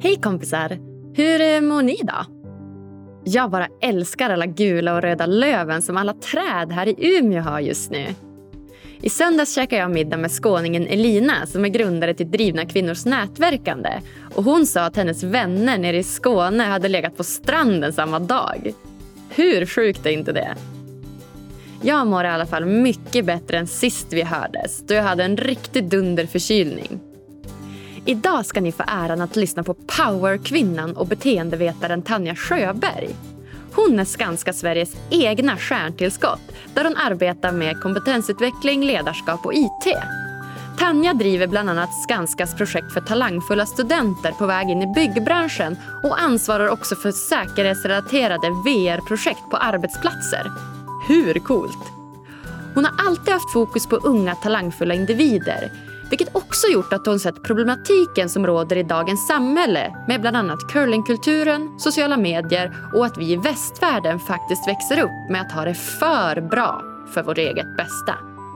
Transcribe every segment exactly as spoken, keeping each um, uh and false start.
Hej kompisar! Hur mår ni då? Jag bara älskar alla gula och röda löven som alla träd här i Umeå har just nu. I söndags käkade jag middag med skåningen Elina som är grundare till Drivna kvinnors nätverkande. Och hon sa att hennes vänner nere i Skåne hade legat på stranden samma dag. Hur sjukt är inte det? Jag mår i alla fall mycket bättre än sist vi hördes, då jag hade en riktig dunderförkylning. Idag ska ni få äran att lyssna på powerkvinnan och beteendevetaren Tanja Sjöberg. Hon är Skanska Sveriges egna stjärntillskott där hon arbetar med kompetensutveckling, ledarskap och I T. Tanja driver bland annat Skanskas projekt för talangfulla studenter på väg in i byggbranschen och ansvarar också för säkerhetsrelaterade V R-projekt på arbetsplatser. Hur coolt! Hon har alltid haft fokus på unga talangfulla individer, vilket också gjort att hon sett problematiken som råder i dagens samhälle med bland annat curlingkulturen, sociala medier och att vi i västvärlden faktiskt växer upp med att ha det för bra för vårt eget bästa.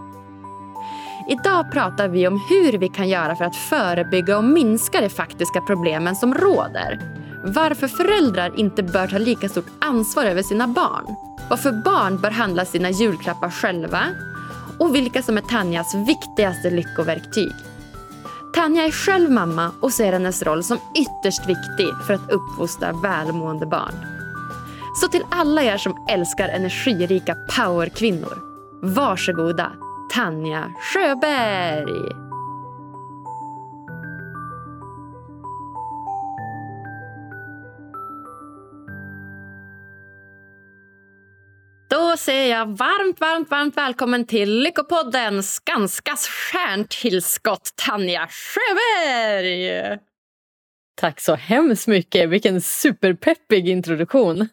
Idag pratar vi om hur vi kan göra för att förebygga och minska de faktiska problemen som råder. Varför föräldrar inte bör ta lika stort ansvar över sina barn. Varför barn bör handla sina julklappar själva. Och vilka som är Tanjas viktigaste lyckoverktyg. Tanja är själv mamma och ser hennes roll som ytterst viktig för att uppfostra välmående barn. Så till alla er som älskar energirika powerkvinnor, varsågoda Tanja Sjöberg! Då säger jag varmt, varmt, varmt välkommen till Lyckopodden, Skanskas stjärntillskott Tanja Sjöberg! Tack så hemskt mycket, vilken superpeppig introduktion.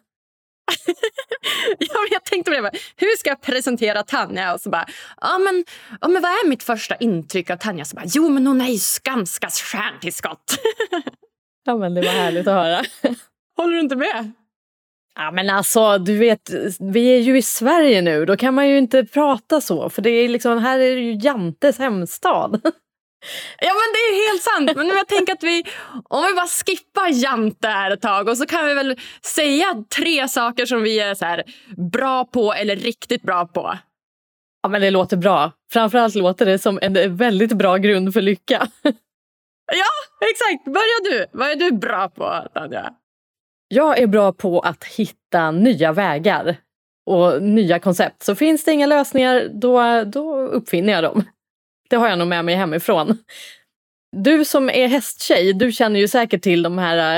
Ja, men jag tänkte på det, hur ska jag presentera Tanja? Och så bara, ja men, ja men vad är mitt första intryck av Tanja? Så bara, jo men hon är ju Skanskas stjärntillskott. Ja men det var härligt att höra. Håller du inte med? Ja men alltså, du vet, vi är ju i Sverige nu, då kan man ju inte prata så. För det är liksom, här är det ju Jantes hemstad. Ja men det är helt sant, men jag tänker att vi, om vi bara skippar Jante här ett tag och så kan vi väl säga tre saker som vi är så här bra på eller riktigt bra på. Ja men det låter bra, framförallt låter det som en väldigt bra grund för lycka. Ja, exakt, börja du, vad är du bra på Tanja? Jag är bra på att hitta nya vägar och nya koncept. Så finns det inga lösningar, då, då uppfinner jag dem. Det har jag nog med mig hemifrån. Du som är hästtjej, du känner ju säkert till de här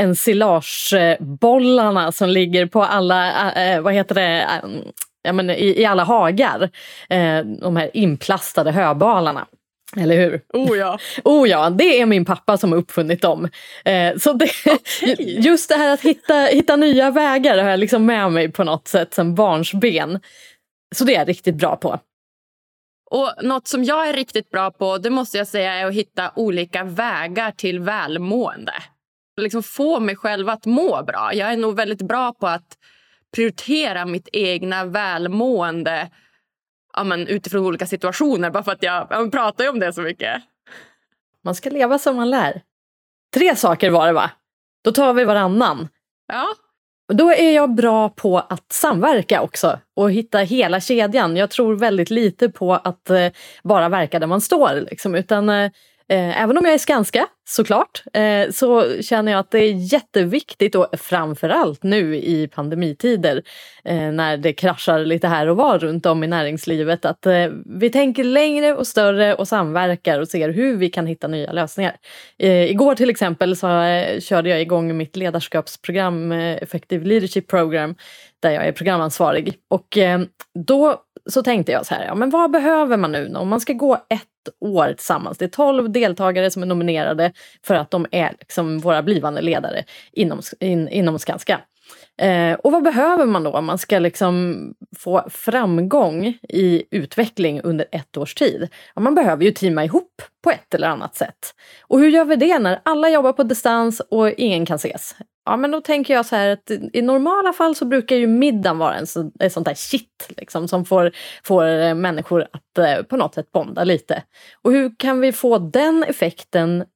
ensilagebollarna som ligger på alla, äh, vad heter det, äh, ja, men i, i alla hagar. Äh, de här inplastade höbalarna. Eller hur? Oh ja. Oh ja, det är min pappa som har uppfunnit dem. Eh, så det, okay. Just det här att hitta, hitta nya vägar har jag liksom med mig på något sätt som barnsben. Så det är jag riktigt bra på. Och något som jag är riktigt bra på, det måste jag säga, är att hitta olika vägar till välmående. Liksom få mig själv att må bra. Jag är nog väldigt bra på att prioritera mitt egna välmående. Ja, men utifrån olika situationer, bara för att jag, jag pratar ju om det så mycket. Man ska leva som man lär. Tre saker var det, va? Då tar vi varannan. Ja. Då är jag bra på att samverka också och hitta hela kedjan. Jag tror väldigt lite på att eh, bara verka där man står. Liksom, utan eh, även om jag är Skanska, såklart, eh, så känner jag att det är jätteviktigt och framförallt nu i pandemitider eh, när det kraschar lite här och var runt om i näringslivet att eh, vi tänker längre och större och samverkar och ser hur vi kan hitta nya lösningar. Eh, igår till exempel så eh, körde jag igång mitt ledarskapsprogram eh, Effective Leadership Program där jag är programansvarig och eh, då så tänkte jag så här, ja men vad behöver man nu om man ska gå ett år tillsammans? Det är tolv deltagare som är nominerade för att de är liksom våra blivande ledare inom, in, inom Skanska. Eh, och vad behöver man då om man ska liksom få framgång i utveckling under ett års tid? Ja, man behöver ju teama ihop på ett eller annat sätt. Och hur gör vi det när alla jobbar på distans och ingen kan ses? Ja, men då tänker jag så här att i normala fall så brukar ju middagen vara en så, ett sånt där shit liksom, som får, får människor att eh, på något sätt bonda lite. Och hur kan vi få den effekten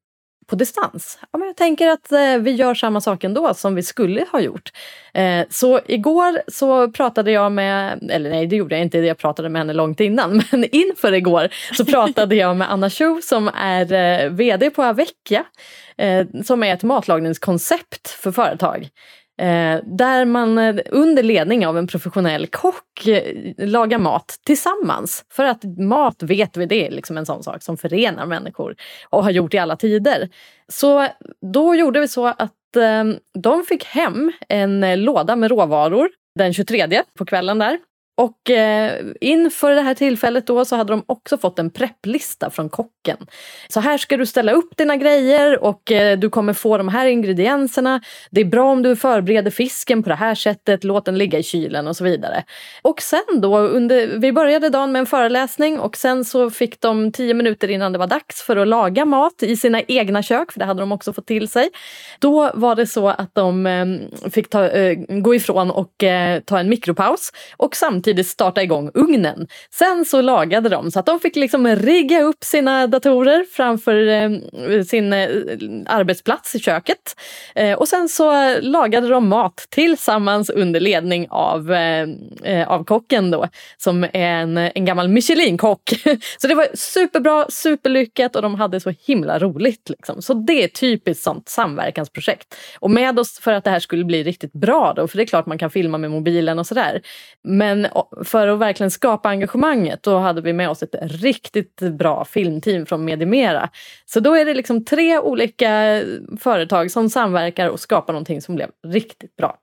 på distans. Ja, men jag tänker att eh, vi gör samma sak ändå som vi skulle ha gjort. Eh, så igår så pratade jag med, eller nej det gjorde jag inte, jag pratade med henne långt innan, men inför igår så pratade jag med Anna Chu som är eh, vd på Avecchia, eh, som är ett matlagningskoncept för företag. Eh, där man eh, under ledning av en professionell kock eh, lagar mat tillsammans. För att mat, vet vi, det är liksom en sån sak som förenar människor och har gjort i alla tider. Så då gjorde vi så att eh, de fick hem en eh, låda med råvaror den tjugotredje på kvällen där. Och eh, inför det här tillfället då så hade de också fått en prepplista från kocken. Så här ska du ställa upp dina grejer och eh, du kommer få de här ingredienserna. Det är bra om du förbereder fisken på det här sättet, låt den ligga i kylen och så vidare. Och sen då, under, vi började dagen med en föreläsning och sen så fick de tio minuter innan det var dags för att laga mat i sina egna kök, för det hade de också fått till sig. Då var det så att de eh, fick ta, eh, gå ifrån och eh, ta en mikropaus och samtidigt Samtidigt starta igång ugnen. Sen så lagade de så att de fick liksom rigga upp sina datorer framför eh, sin eh, arbetsplats i köket. Eh, och sen så lagade de mat tillsammans under ledning av, eh, av kocken då, som är en, en gammal Michelin-kock. Så det var superbra, superlyckat och de hade så himla roligt. Liksom. Så det är typiskt sånt samverkansprojekt. Och med oss för att det här skulle bli riktigt bra då, för det är klart man kan filma med mobilen och sådär. Men för att verkligen skapa engagemanget, då hade vi med oss ett riktigt bra filmteam från Medimera. Så då är det liksom tre olika företag som samverkar och skapar någonting som blev riktigt bra.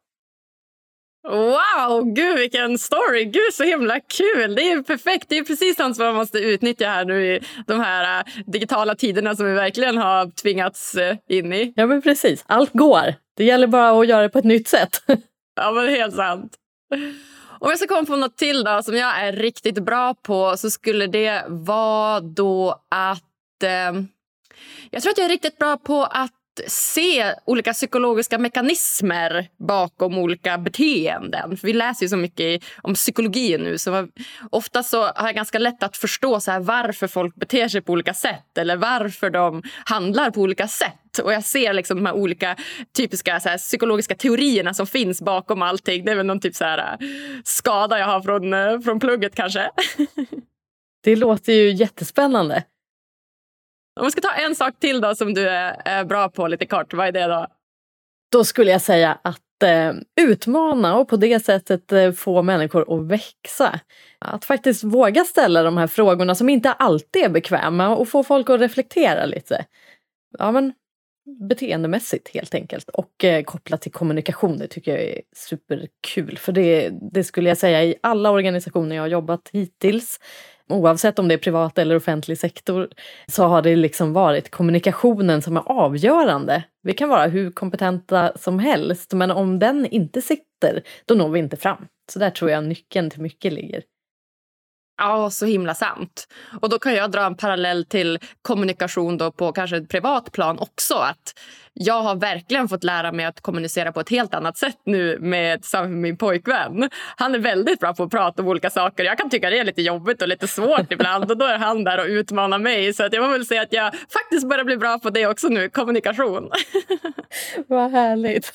Wow, gud vilken story, gud så himla kul, det är ju perfekt, det är precis sånt som man måste utnyttja här nu i de här uh, digitala tiderna som vi verkligen har tvingats uh, in i. Ja men precis, allt går, det gäller bara att göra det på ett nytt sätt. Ja men helt sant. Om jag ska komma på något till då som jag är riktigt bra på, så skulle det vara då att eh, jag tror att jag är riktigt bra på att se olika psykologiska mekanismer bakom olika beteenden. För vi läser ju så mycket om psykologi nu, så ofta så har jag ganska lätt att förstå så här varför folk beter sig på olika sätt eller varför de handlar på olika sätt. Och jag ser liksom de här olika typiska så här, psykologiska teorierna som finns bakom allting. Det är väl någon typ så här skada jag har från, från plugget kanske. Det låter ju jättespännande. Om vi ska ta en sak till då som du är bra på lite kort, vad är det då? Då skulle jag säga att eh, utmana och på det sättet eh, få människor att växa. Att faktiskt våga ställa de här frågorna som inte alltid är bekväma och få folk att reflektera lite. Ja men beteendemässigt helt enkelt. Och eh, kopplat till kommunikation, det tycker jag är superkul. För det, det skulle jag säga i alla organisationer jag har jobbat hittills. Oavsett om det är privat eller offentlig sektor, så har det liksom varit kommunikationen som är avgörande. Vi kan vara hur kompetenta som helst, men om den inte sitter, då når vi inte fram. Så där tror jag nyckeln till mycket ligger. Ja, så himla sant. Och då kan jag dra en parallell till kommunikation då på kanske ett privat plan också. Att jag har verkligen fått lära mig att kommunicera på ett helt annat sätt nu med min pojkvän. Han är väldigt bra på att prata om olika saker. Jag kan tycka det är lite jobbigt och lite svårt ibland. Och då är han där och utmanar mig. Så att jag vill säga att jag faktiskt börjar bli bra på det också nu, kommunikation. Vad härligt.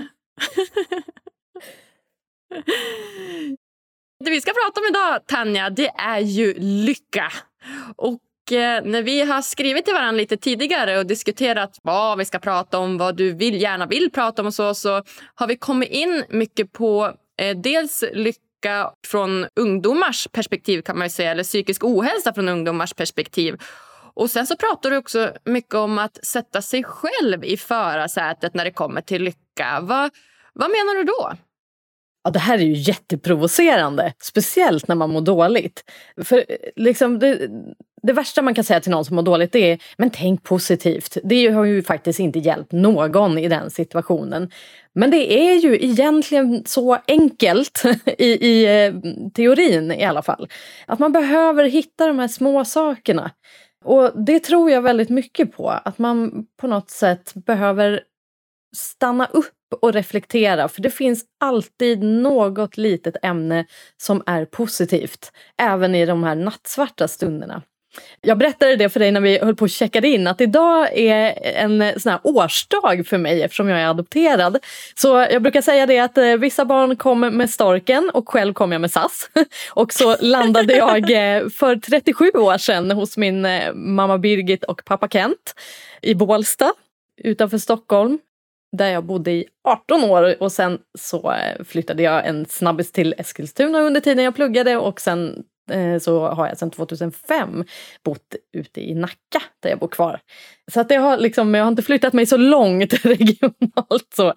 Det vi ska prata om idag, Tanja, det är ju lycka. Och eh, när vi har skrivit till varandra lite tidigare och diskuterat vad vi ska prata om, vad du vill, gärna vill prata om och så, så har vi kommit in mycket på eh, dels lycka från ungdomars perspektiv kan man ju säga, eller psykisk ohälsa från ungdomars perspektiv. Och sen så pratar du också mycket om att sätta sig själv i förarsätet när det kommer till lycka. Va, vad menar du då? Ja, det här är ju jätteprovocerande, speciellt när man mår dåligt. För liksom det, det värsta man kan säga till någon som mår dåligt det är, men tänk positivt. Det har ju faktiskt inte hjälpt någon i den situationen. Men det är ju egentligen så enkelt i, i teorin i alla fall. Att man behöver hitta de här små sakerna. Och det tror jag väldigt mycket på. Att man på något sätt behöver stanna upp och reflektera, för det finns alltid något litet ämne som är positivt, även i de här nattsvarta stunderna. Jag berättade det för dig när vi höll på att checka in, att idag är en sån här årsdag för mig eftersom jag är adopterad. Så jag brukar säga det att eh, vissa barn kommer med storken och själv kom jag med S A S. Och så landade jag eh, för trettiosju år sedan hos min eh, mamma Birgit och pappa Kent i Bålsta utanför Stockholm. Där jag bodde i arton år och sen så eh, flyttade jag en snabbis till Eskilstuna under tiden jag pluggade och sen så har jag sedan tjugohundrafem bott ute i Nacka där jag bor kvar. Så att det har liksom, jag har inte flyttat mig så långt regionalt så.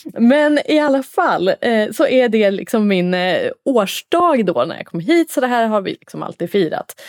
Men i alla fall så är det liksom min årsdag då när jag kom hit, så det här har vi liksom alltid firat.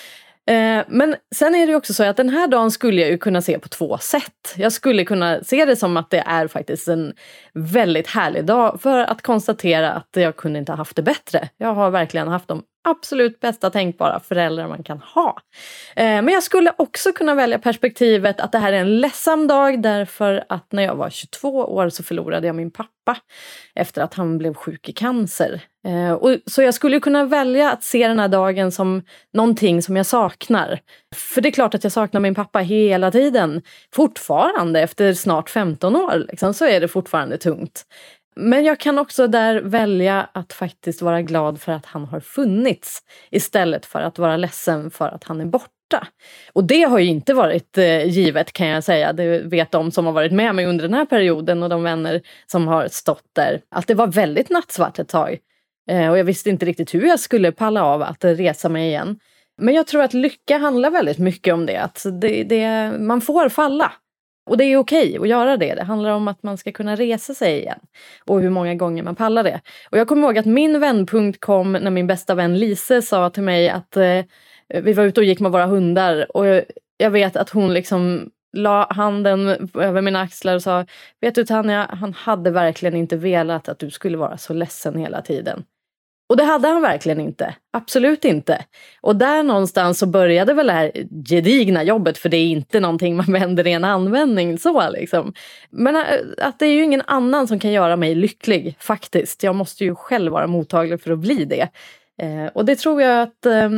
Men sen är det också så att den här dagen skulle jag ju kunna se på två sätt. Jag skulle kunna se det som att det är faktiskt en väldigt härlig dag för att konstatera att jag kunde inte ha haft det bättre. Jag har verkligen haft de absolut bästa tänkbara föräldrar man kan ha. Men jag skulle också kunna välja perspektivet att det här är en ledsam dag därför att när jag var tjugotvå år så förlorade jag min pappa efter att han blev sjuk i cancer. Och så jag skulle kunna välja att se den här dagen som någonting som jag saknar. För det är klart att jag saknar min pappa hela tiden. Fortfarande efter snart femton år liksom, så är det fortfarande tungt. Men jag kan också där välja att faktiskt vara glad för att han har funnits istället för att vara ledsen för att han är borta. Och det har ju inte varit eh, givet kan jag säga. Det vet de som har varit med mig under den här perioden och de vänner som har stått där. Att det var väldigt nattsvart ett tag. Eh, och jag visste inte riktigt hur jag skulle palla av att resa mig igen. Men jag tror att lycka handlar väldigt mycket om det. Att det, det, man får falla. Och det är okej att göra det. Det handlar om att man ska kunna resa sig igen. Och hur många gånger man pallar det. Och jag kommer ihåg att min vändpunkt kom när min bästa vän Lise sa till mig att eh, vi var ute och gick med våra hundar. Och jag, jag vet att hon liksom la handen över mina axlar och sa: vet du Tanja, han hade verkligen inte velat att du skulle vara så ledsen hela tiden. Och det hade han verkligen inte. Absolut inte. Och där någonstans så började väl det här gedigna jobbet. För det är inte någonting man vänder i en användning så liksom. Men att det är ju ingen annan som kan göra mig lycklig faktiskt. Jag måste ju själv vara mottaglig för att bli det. Eh, och det tror jag att eh,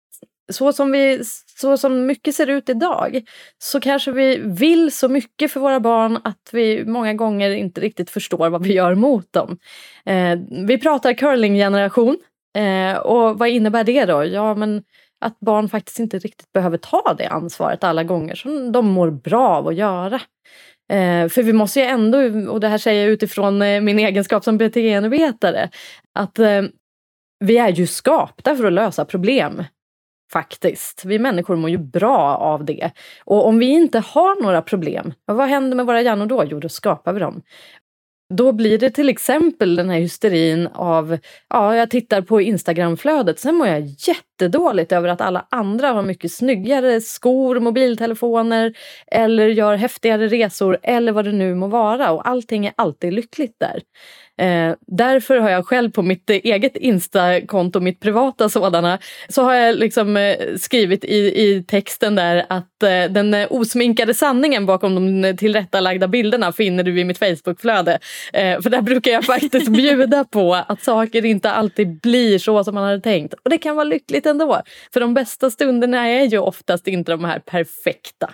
så som vi, så som mycket ser ut idag så kanske vi vill så mycket för våra barn att vi många gånger inte riktigt förstår vad vi gör mot dem. Eh, vi pratar curlinggeneration eh, och vad innebär det då? Ja, men att barn faktiskt inte riktigt behöver ta det ansvaret alla gånger som de mår bra av att göra. Eh, för vi måste ju ändå, och det här säger jag utifrån eh, min egenskap som beteendevetare, att eh, vi är ju skapta för att lösa problem. Faktiskt. Vi människor mår ju bra av det. Och om vi inte har några problem, vad händer med våra hjärnor då? Jo, då skapar vi dem. Då blir det till exempel den här hysterin av, ja, jag tittar på Instagramflödet, sen mår jag jättedåligt över att alla andra har mycket snyggare skor, mobiltelefoner eller gör häftigare resor eller vad det nu må vara, och allting är alltid lyckligt där. Eh, därför har jag själv på mitt eh, eget Insta-konto, mitt privata sådana, så har jag liksom eh, skrivit i, i texten där att eh, den eh, osminkade sanningen bakom de tillrättalagda bilderna finner du i mitt Facebook-flöde. Eh, för där brukar jag faktiskt bjuda på att saker inte alltid blir så som man hade tänkt. Och det kan vara lyckligt ändå. För de bästa stunderna är ju oftast inte de här perfekta.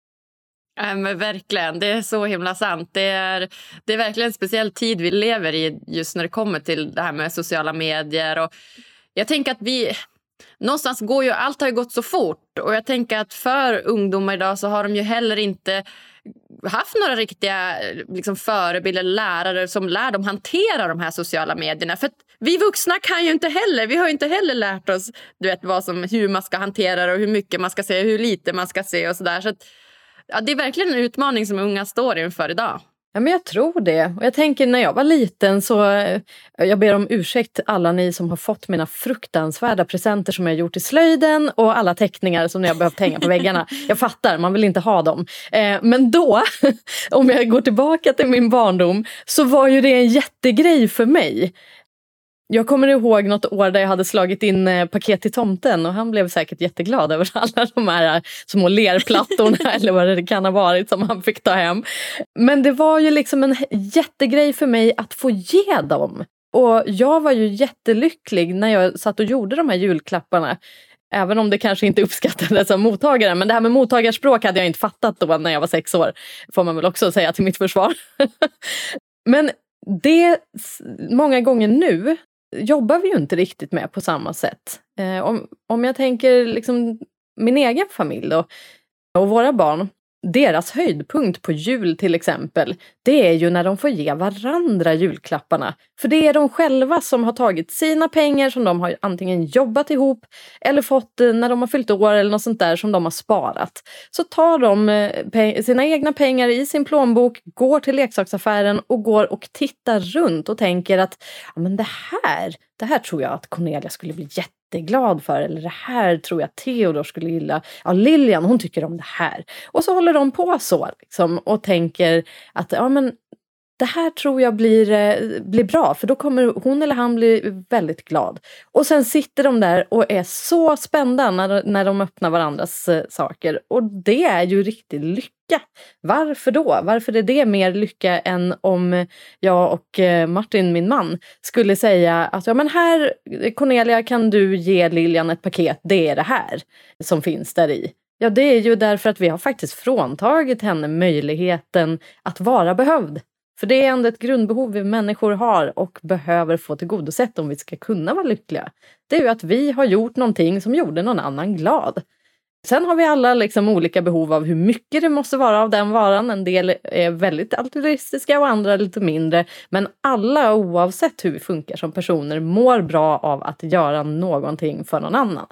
Ja, men verkligen, det är så himla sant. Det är, det är verkligen en speciell tid vi lever i just när det kommer till det här med sociala medier. Och jag tänker att vi, någonstans går ju, allt har ju gått så fort. Och jag tänker att för ungdomar idag så har de ju heller inte haft några riktiga liksom, förebilder, lärare som lär dem hantera de här sociala medierna. För att vi vuxna kan ju inte heller, vi har ju inte heller lärt oss, du vet, vad som, hur man ska hantera det och hur mycket man ska se, hur lite man ska se och sådär. Så att ja, det är verkligen en utmaning som unga står inför idag. Ja, men jag tror det. Och jag tänker när jag var liten så, jag ber om ursäkt alla ni som har fått mina fruktansvärda presenter som jag gjort i slöjden och alla teckningar som ni har behövt hänga på väggarna. Jag fattar, man vill inte ha dem. Eh, men då, om jag går tillbaka till min barndom, så var ju det en jättegrej för mig. Jag kommer ihåg något år där jag hade slagit in paket till tomten och han blev säkert jätteglad över alla de här små lerplattorna eller vad det kan ha varit som han fick ta hem. Men det var ju liksom en jättegrej för mig att få ge dem. Och jag var ju jättelycklig när jag satt och gjorde de här julklapparna. Även om det kanske inte uppskattades av mottagaren. Men det här med mottagarspråk hade jag inte fattat då när jag var sex år. Får man väl också säga till mitt försvar. Men det många gånger nu jobbar vi ju inte riktigt med på samma sätt. Eh, om, om jag tänker liksom min egen familj då, och våra barn. Deras höjdpunkt på jul till exempel, det är ju när de får ge varandra julklapparna. För det är de själva som har tagit sina pengar som de har antingen jobbat ihop eller fått när de har fyllt år eller något sånt där som de har sparat. Så tar de pe- sina egna pengar i sin plånbok, går till leksaksaffären och går och tittar runt och tänker att ja, men det här, det här tror jag att Cornelia skulle bli jätte glad för, eller det här tror jag Theodor skulle gilla. Ja, Lilian, hon tycker om det här. Och så håller de på så liksom, och tänker att ja, men det här tror jag blir, blir bra, för då kommer hon eller han bli väldigt glad. Och sen sitter de där och är så spända när, när de öppnar varandras eh, saker. Och det är ju riktigt lycka. Varför då? Varför är det mer lycka än om jag och eh, Martin, min man, skulle säga att ja, men här Cornelia, kan du ge Lilian ett paket, det är det här som finns där i. Ja, det är ju därför att vi har faktiskt fråntagit henne möjligheten att vara behövd. För det är ändå ett grundbehov vi människor har och behöver få tillgodosett om vi ska kunna vara lyckliga. Det är ju att vi har gjort någonting som gjorde någon annan glad. Sen har vi alla liksom olika behov av hur mycket det måste vara av den varan. En del är väldigt altruistiska och andra lite mindre. Men alla, oavsett hur vi funkar som personer, mår bra av att göra någonting för någon annan.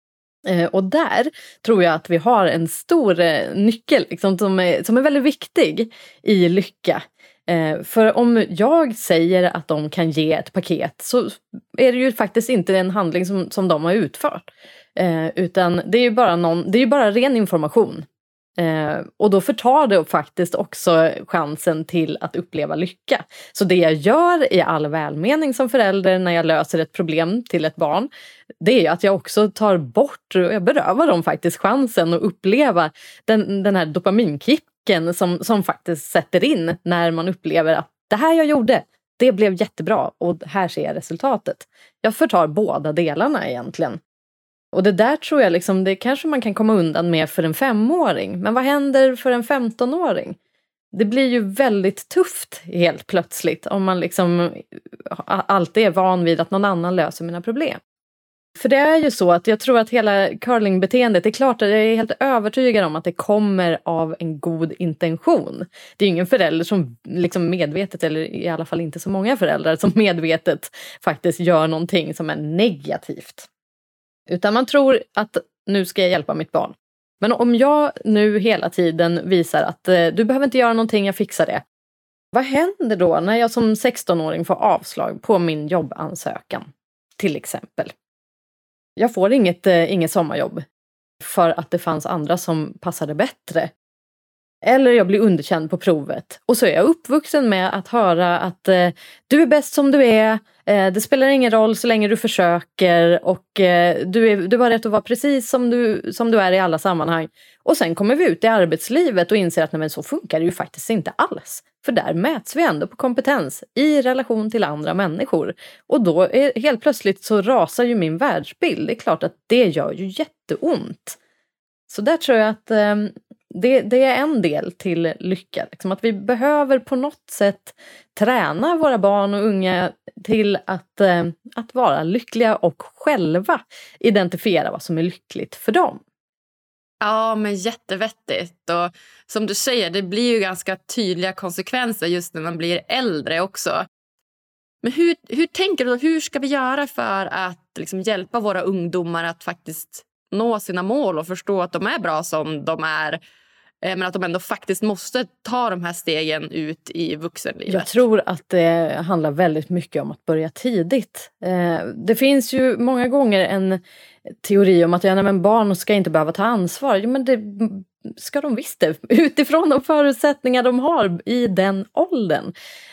Och där tror jag att vi har en stor nyckel liksom, som, är, som är väldigt viktig i lycka. Eh, för om jag säger att de kan ge ett paket så är det ju faktiskt inte en handling som, som de har utfört. Eh, utan det är ju bara, någon, det är ju bara ren information. Eh, och då förtar det faktiskt också chansen till att uppleva lycka. Så det jag gör i all välmening som förälder när jag löser ett problem till ett barn, det är att jag också tar bort, och jag berövar dem faktiskt chansen att uppleva den, den här dopaminkicken som, som faktiskt sätter in när man upplever att det här jag gjorde, det blev jättebra och här ser jag resultatet. Jag förtar båda delarna egentligen. Och det där tror jag liksom, det kanske man kan komma undan med för en femåring. Men vad händer för en femtonåring? Det blir ju väldigt tufft helt plötsligt om man liksom alltid är van vid att någon annan löser mina problem. För det är ju så att jag tror att hela curlingbeteendet, det är klart att jag är helt övertygad om att det kommer av en god intention. Det är ingen förälder som liksom medvetet, eller i alla fall inte så många föräldrar som medvetet faktiskt gör någonting som är negativt. Utan man tror att nu ska jag hjälpa mitt barn. Men om jag nu hela tiden visar att eh, du behöver inte göra någonting, jag fixar det. Vad händer då när jag som sextonåring får avslag på min jobbansökan? Till exempel. Jag får inget, eh, inget sommarjobb för att det fanns andra som passade bättre. Eller jag blir underkänd på provet. Och så är jag uppvuxen med att höra att eh, du är bäst som du är. Eh, det spelar ingen roll så länge du försöker. Och eh, du, är, du har rätt att vara precis som du, som du är i alla sammanhang. Och sen kommer vi ut i arbetslivet och inser att nej, men så funkar det ju faktiskt inte alls. För där mäts vi ändå på kompetens i relation till andra människor. Och då är, helt plötsligt så rasar ju min världsbild. Det är klart att det gör ju jätteont. Så där tror jag att... Eh, Det, det är en del till lycka. Liksom att vi behöver på något sätt träna våra barn och unga till att, eh, att vara lyckliga och själva identifiera vad som är lyckligt för dem. Ja, men jättevettigt. Och som du säger, det blir ju ganska tydliga konsekvenser just när man blir äldre också. Men hur, hur tänker du, hur ska vi göra för att liksom hjälpa våra ungdomar att faktiskt nå sina mål och förstå att de är bra som de är, men att de ändå faktiskt måste ta de här stegen ut i vuxenlivet? Jag tror att det handlar väldigt mycket om att börja tidigt. Det finns ju många gånger en teori om att ja, nej, men barn ska inte behöva ta ansvar. Jo, men det ska de visst det, utifrån de förutsättningar de har i den åldern.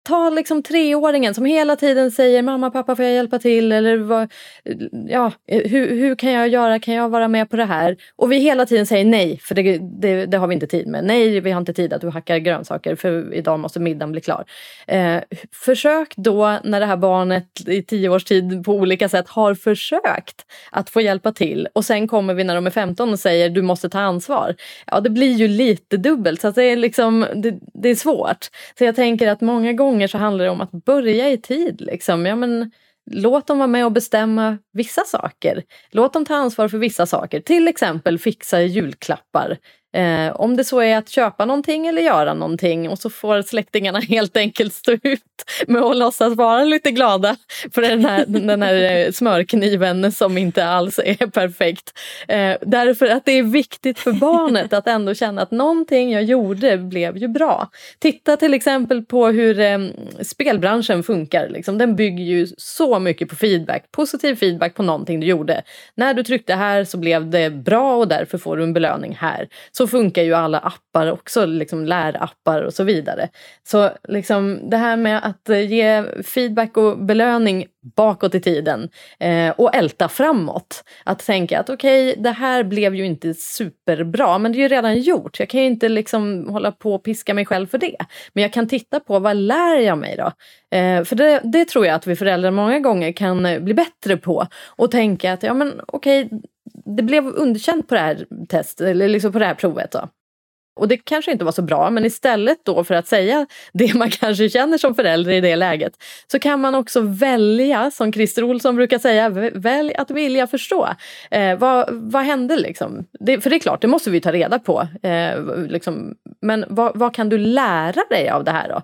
ta liksom treåringen som hela tiden säger mamma, pappa, får jag hjälpa till? Eller vad, ja, hur, hur kan jag göra? Kan jag vara med på det här? Och vi hela tiden säger nej, för det, det, det har vi inte tid med. Nej, vi har inte tid att du hackar grönsaker, för idag måste middagen bli klar. Eh, försök då när det här barnet i tio års tid på olika sätt har försökt att få hjälpa till. Och sen kommer vi när de är femton och säger du måste ta ansvar. Ja, det blir ju lite dubbelt, så att det, är liksom, det, det är svårt. Så jag tänker att många gånger så handlar det om att börja i tid. Liksom. Ja, men, låt dem vara med och bestämma vissa saker. Låt dem ta ansvar för vissa saker. Till exempel fixa julklappar. Eh, om det så är att köpa någonting eller göra någonting. Och så får släktingarna helt enkelt stå ut med att låtsas vara lite glada för den här, den här smörkniven som inte alls är perfekt. Eh, därför att det är viktigt för barnet att ändå känna att någonting jag gjorde blev ju bra. Titta till exempel på hur eh, spelbranschen funkar. Liksom. Den bygger ju så mycket på feedback. Positiv feedback på någonting du gjorde. När du tryckte här så blev det bra och därför får du en belöning här. Så funkar ju alla appar också, liksom lärappar och så vidare. Så liksom det här med att ge feedback och belöning bakåt i tiden eh, och älta framåt. Att tänka att okej, okay, det här blev ju inte superbra, men det är ju redan gjort. Jag kan ju inte liksom hålla på och piska mig själv för det. Men jag kan titta på vad lär jag mig då? Eh, för det, det tror jag att vi föräldrar många gånger kan bli bättre på. Och tänka att ja men okej, okay, det blev underkänt på det här testet eller liksom på det här provet då. Och det kanske inte var så bra, men istället då för att säga det man kanske känner som förälder i det läget, så kan man också välja, som Christer Olsson brukar säga, välj att vilja förstå. Eh, vad, vad hände liksom? Det, för det är klart, det måste vi ta reda på. Eh, liksom, men vad, vad kan du lära dig av det här då?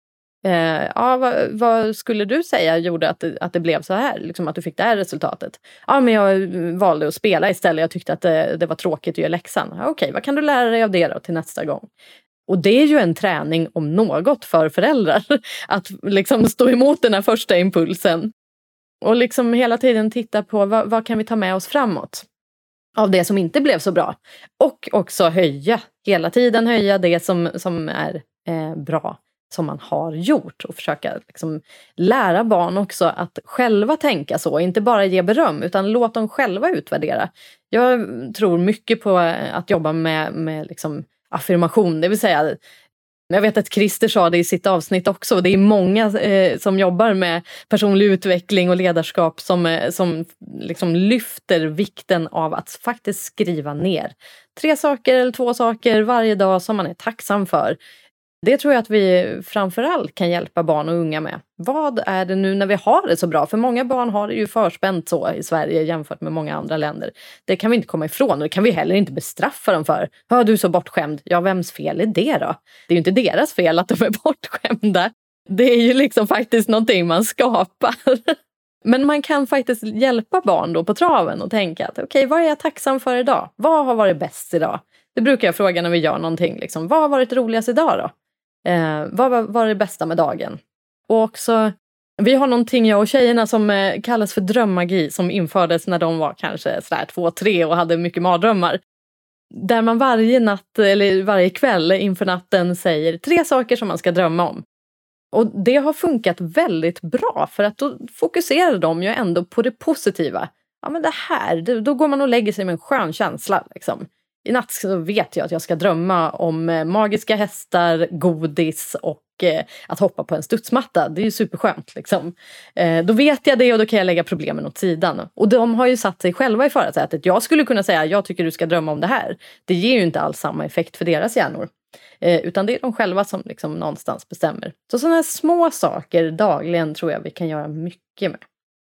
Eh, ja, vad, vad skulle du säga gjorde att det, att det blev så här? Liksom att du fick det här resultatet? Ja, men jag valde att spela istället. Jag tyckte att det, det var tråkigt att göra läxan. Ja, okej, vad kan du lära dig av det då till nästa gång? Och det är ju en träning om något för föräldrar. Att liksom stå emot den här första impulsen. Och liksom hela tiden titta på vad, vad kan vi ta med oss framåt? Av det som inte blev så bra. Och också höja. Hela tiden höja det som, som är eh, bra. Som man har gjort och försöka liksom lära barn också att själva tänka så, inte bara ge beröm utan låt dem själva utvärdera. Jag tror mycket på att jobba med, med liksom affirmation, det vill säga, jag vet att Christer sa det i sitt avsnitt också, det är många eh, som jobbar med personlig utveckling och ledarskap som, eh, som liksom lyfter vikten av att faktiskt skriva ner tre saker eller två saker varje dag som man är tacksam för. Det tror jag att vi framförallt kan hjälpa barn och unga med. Vad är det nu när vi har det så bra? För många barn har det ju förspänt så i Sverige jämfört med många andra länder. Det kan vi inte komma ifrån och det kan vi heller inte bestraffa dem för. Ja, du är så bortskämd. Ja, vems fel är det då? Det är ju inte deras fel att de är bortskämda. Det är ju liksom faktiskt någonting man skapar. Men man kan faktiskt hjälpa barn då på traven och tänka att okej, okay, vad är jag tacksam för idag? Vad har varit bäst idag? Det brukar jag fråga när vi gör någonting. Liksom. Vad har varit roligast idag då? Eh, vad var, var det bästa med dagen? Och också, vi har någonting jag och tjejerna som eh, kallas för drömmagi som infördes när de var kanske sådär två, tre och hade mycket mardrömmar. Där man varje natt eller varje kväll inför natten säger tre saker som man ska drömma om. Och det har funkat väldigt bra för att då fokuserar de ju ändå på det positiva. Ja men det här, då går man och lägger sig med en skön känsla liksom. I natt så vet jag att jag ska drömma om magiska hästar, godis och eh, att hoppa på en studsmatta. Det är ju superskönt liksom. Eh, då vet jag det och då kan jag lägga problemen åt sidan. Och de har ju satt sig själva i förarsätet. Jag skulle kunna säga, jag tycker du ska drömma om det här. Det ger ju inte alls samma effekt för deras hjärnor. Eh, utan det är de själva som liksom någonstans bestämmer. Så sådana här små saker dagligen tror jag vi kan göra mycket med.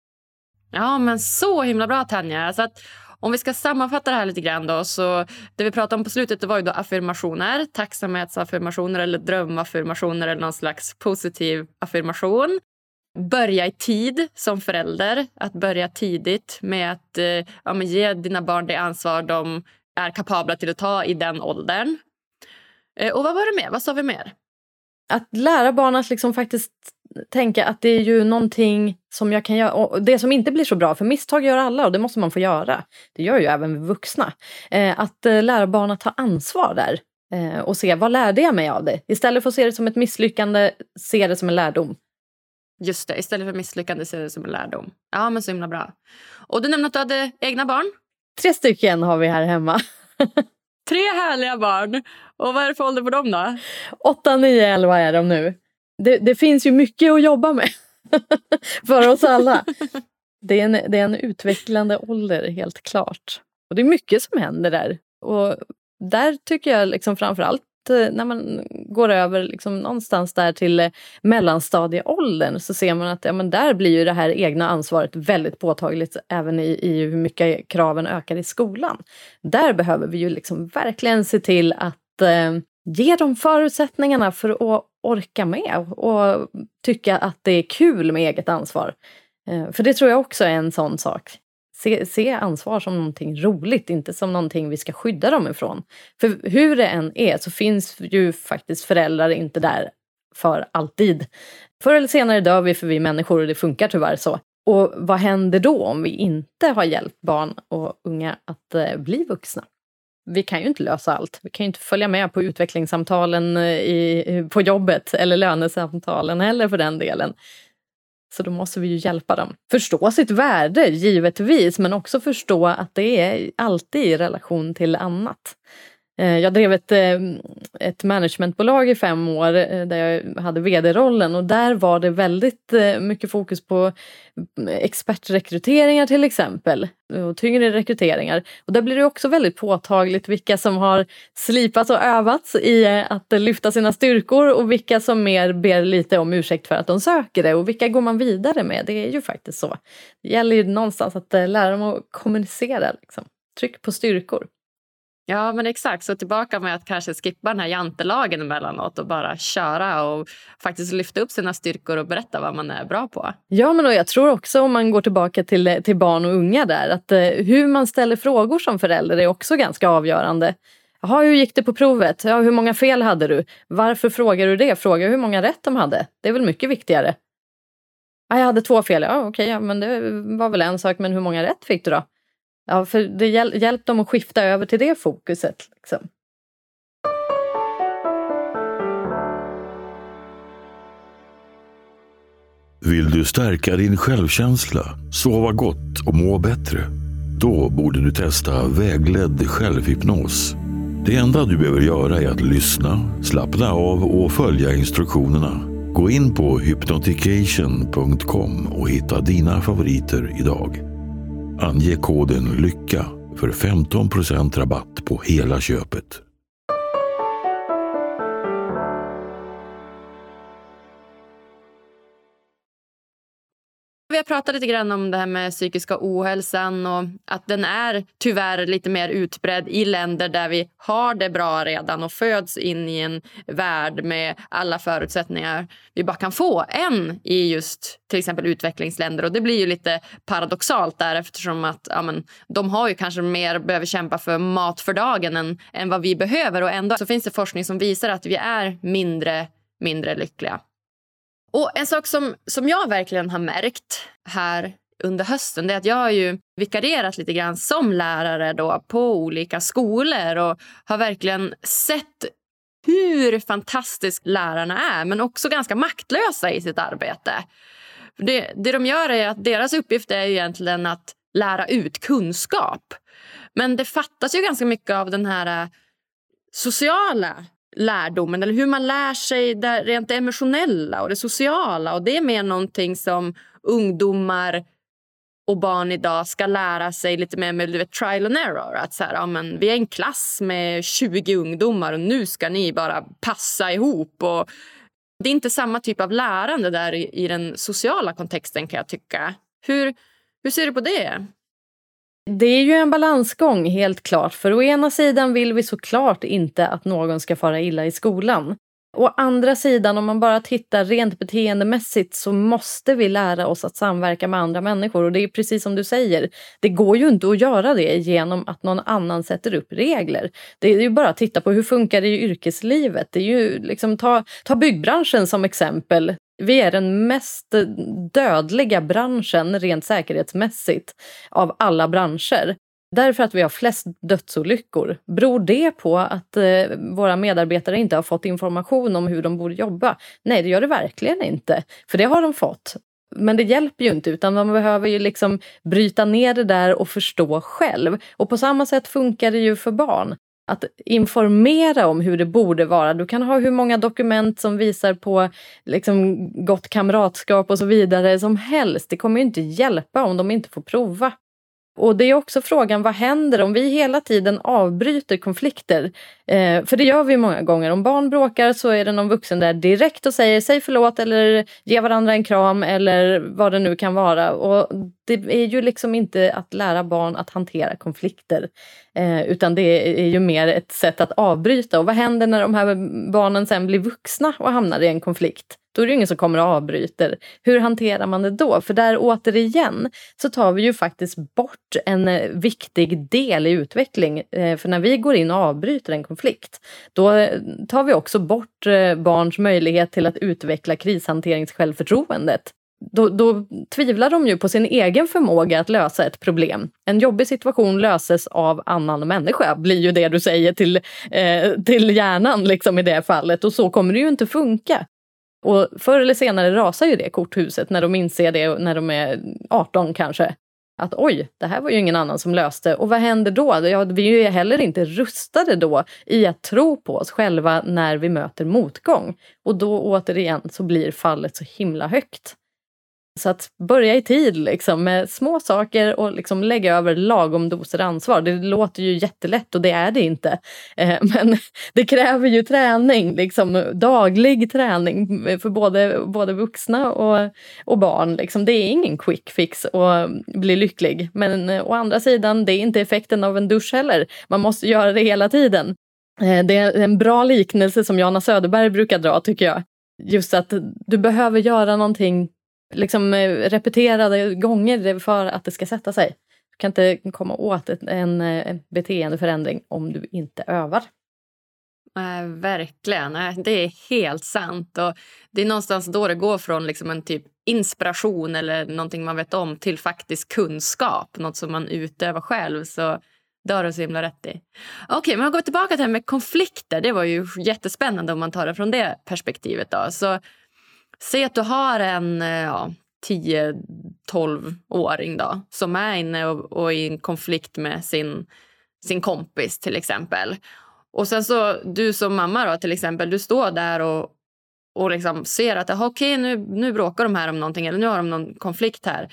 Ja, men så himla bra Tanja. Så att om vi ska sammanfatta det här lite grann då, så det vi pratade om på slutet det var ju då affirmationer, tacksamhetsaffirmationer eller drömaffirmationer eller någon slags positiv affirmation. Börja i tid som förälder, att börja tidigt med att eh, ja, men ge dina barn det ansvar de är kapabla till att ta i den åldern. Eh, och vad var det mer? Vad sa vi mer? Att lära barn att liksom faktiskt tänka att det är ju någonting som jag kan göra. Och det som inte blir så bra, för misstag gör alla och det måste man få göra. Det gör ju även vuxna. Eh, att eh, lära barn att ta ansvar där. Eh, och se, vad lärde jag mig av det? Istället för att se det som ett misslyckande, se det som en lärdom. Just det, istället för misslyckande se det som en lärdom. Ja, men så himla bra. Och du nämnde att du hade egna barn? Tre stycken har vi här hemma. Tre härliga barn. Och vad är det för ålder på dem då? Åtta, nio, elva är de nu. Det, det finns ju mycket att jobba med. För oss alla. Det är, en, det är en utvecklande ålder, helt klart. Och det är mycket som händer där. Och där tycker jag liksom framförallt när man går över liksom någonstans där till mellanstadieåldern, så ser man att ja, men där blir ju det här egna ansvaret väldigt påtagligt även i, i hur mycket kraven ökar i skolan. Där behöver vi ju liksom verkligen se till att eh, ge dem förutsättningarna för att orka med och tycka att det är kul med eget ansvar. Eh, för det tror jag också är en sån sak. Se, se ansvar som någonting roligt, inte som någonting vi ska skydda dem ifrån. För hur det än är så finns ju faktiskt föräldrar inte där för alltid. Förr eller senare dör vi, för vi människor, och det funkar tyvärr så. Och vad händer då om vi inte har hjälpt barn och unga att eh, bli vuxna? Vi kan ju inte lösa allt. Vi kan ju inte följa med på utvecklingssamtalen i, på jobbet eller lönesamtalen heller för den delen. Så då måste vi ju hjälpa dem. Förstå sitt värde, givetvis, men också förstå att det är alltid i relation till annat. Jag drev ett, ett managementbolag i fem år där jag hade vd-rollen, och där var det väldigt mycket fokus på expertrekryteringar till exempel, och tyngre rekryteringar. Och där blir det också väldigt påtagligt vilka som har slipats och övats i att lyfta sina styrkor och vilka som mer ber lite om ursäkt för att de söker det, och vilka går man vidare med. Det är ju faktiskt så. Det gäller ju någonstans att lära dem att kommunicera. Liksom. Tryck på styrkor. Ja, men exakt. Så tillbaka med att kanske skippa den här jantelagen emellanåt och bara köra och faktiskt lyfta upp sina styrkor och berätta vad man är bra på. Ja, men då, jag tror också, om man går tillbaka till, till barn och unga där, att eh, hur man ställer frågor som förälder är också ganska avgörande. Jaha, hur gick det på provet? Ja, hur många fel hade du? Varför frågar du det? Fråga hur många rätt de hade. Det är väl mycket viktigare. Ja, jag hade två fel. Ja, okej, okay, ja, men det var väl en sak. Men hur många rätt fick du då? Ja, för det hjäl- hjälpte dem att skifta över till det fokuset. Liksom. Vill du stärka din självkänsla, sova gott och må bättre? Då borde du testa vägledd självhypnos. Det enda du behöver göra är att lyssna, slappna av och följa instruktionerna. Gå in på hypnotication punkt com och hitta dina favoriter idag. Ange koden LYCKA för femton procent rabatt på hela köpet. Vi har pratat lite grann om det här med psykiska ohälsan och att den är tyvärr lite mer utbredd i länder där vi har det bra redan och föds in i en värld med alla förutsättningar vi bara kan få än i just till exempel utvecklingsländer. Och det blir ju lite paradoxalt där, eftersom att ja, men, de har ju kanske mer behöver kämpa för mat för dagen än, än vad vi behöver, och ändå så finns det forskning som visar att vi är mindre, mindre lyckliga. Och en sak som, som jag verkligen har märkt här under hösten, det är att jag har ju vikarierat lite grann som lärare då på olika skolor och har verkligen sett hur fantastisk lärarna är, men också ganska maktlösa i sitt arbete. Det, det de gör är att deras uppgift är egentligen att lära ut kunskap. Men det fattas ju ganska mycket av den här sociala lärdomen, eller hur man lär sig det rent emotionella och det sociala, och det är mer någonting som ungdomar och barn idag ska lära sig lite mer med trial and error, att så här, ja, men vi är en klass med tjugo ungdomar och nu ska ni bara passa ihop, och det är inte samma typ av lärande där i, i den sociala kontexten, kan jag tycka. Hur, hur ser du på det? Det är ju en balansgång, helt klart. För å ena sidan vill vi såklart inte att någon ska fara illa i skolan. Å andra sidan, om man bara tittar rent beteendemässigt, så måste vi lära oss att samverka med andra människor. Och det är precis som du säger, det går ju inte att göra det genom att någon annan sätter upp regler. Det är ju bara att titta på hur funkar det i yrkeslivet. Det är ju liksom, ta, ta byggbranschen som exempel. Vi är den mest dödliga branschen rent säkerhetsmässigt av alla branscher. Därför att vi har flest dödsolyckor. Beror det på att eh, våra medarbetare inte har fått information om hur de borde jobba? Nej, det gör det verkligen inte. För det har de fått. Men det hjälper ju inte, utan man behöver ju liksom bryta ner det där och förstå själv. Och på samma sätt funkar det ju för barn. Att informera om hur det borde vara. Du kan ha hur många dokument som visar på liksom gott kamratskap och så vidare som helst. Det kommer ju inte hjälpa om de inte får prova. Och det är också frågan, vad händer om vi hela tiden avbryter konflikter? Eh, för det gör vi många gånger. Om barn bråkar så är det någon vuxen där direkt och säger säg förlåt eller ge varandra en kram eller vad det nu kan vara. Och det är ju liksom inte att lära barn att hantera konflikter. Eh, utan det är ju mer ett sätt att avbryta. Och vad händer när de här barnen sen blir vuxna och hamnar i en konflikt? Då är det ingen som kommer och avbryter. Hur hanterar man det då? För där återigen så tar vi ju faktiskt bort en viktig del i utveckling. För när vi går in och avbryter en konflikt, då tar vi också bort barns möjlighet till att utveckla krishanteringssjälvförtroendet. Då, då tvivlar de ju på sin egen förmåga att lösa ett problem. En jobbig situation löses av annan människa, blir ju det du säger till, eh, till hjärnan liksom i det fallet. Och så kommer det ju inte funka. Och förr eller senare rasar ju det korthuset när de inser det när de är arton kanske. Att oj, det här var ju ingen annan som löste. Och vad händer då? Ja, vi är ju heller inte rustade då i att tro på oss själva när vi möter motgång. Och då återigen så blir fallet så himla högt. Så att börja i tid liksom, med små saker och liksom lägga över lagom doser ansvar. Det låter ju jättelätt och det är det inte. Eh, men det kräver ju träning, liksom, daglig träning för både, både vuxna och, och barn. Liksom. Det är ingen quick fix att bli lycklig. Men eh, å andra sidan, det är inte effekten av en dusch heller. Man måste göra det hela tiden. Eh, det är en bra liknelse som Jana Söderberg brukar dra tycker jag. Just att du behöver göra någonting liksom repeterade gånger för att det ska sätta sig. Du kan inte komma åt ett, en, en beteendeförändring om du inte övar. Nej, verkligen. Nej, det är helt sant. Och det är någonstans då det går från liksom en typ inspiration eller någonting man vet om till faktisk kunskap. Något som man utövar själv. Så det har du så himla rätt i. Okej, men jag går tillbaka till det här med konflikter. Det var ju jättespännande om man tar det från det perspektivet då. Så säg att du har en ja, tio tolv-åring då, som är inne och, och i en konflikt med sin, sin kompis till exempel. Och sen så, du som mamma då till exempel, du står där och, och liksom ser att okej, okay, nu, nu bråkar de här om någonting eller nu har de någon konflikt här.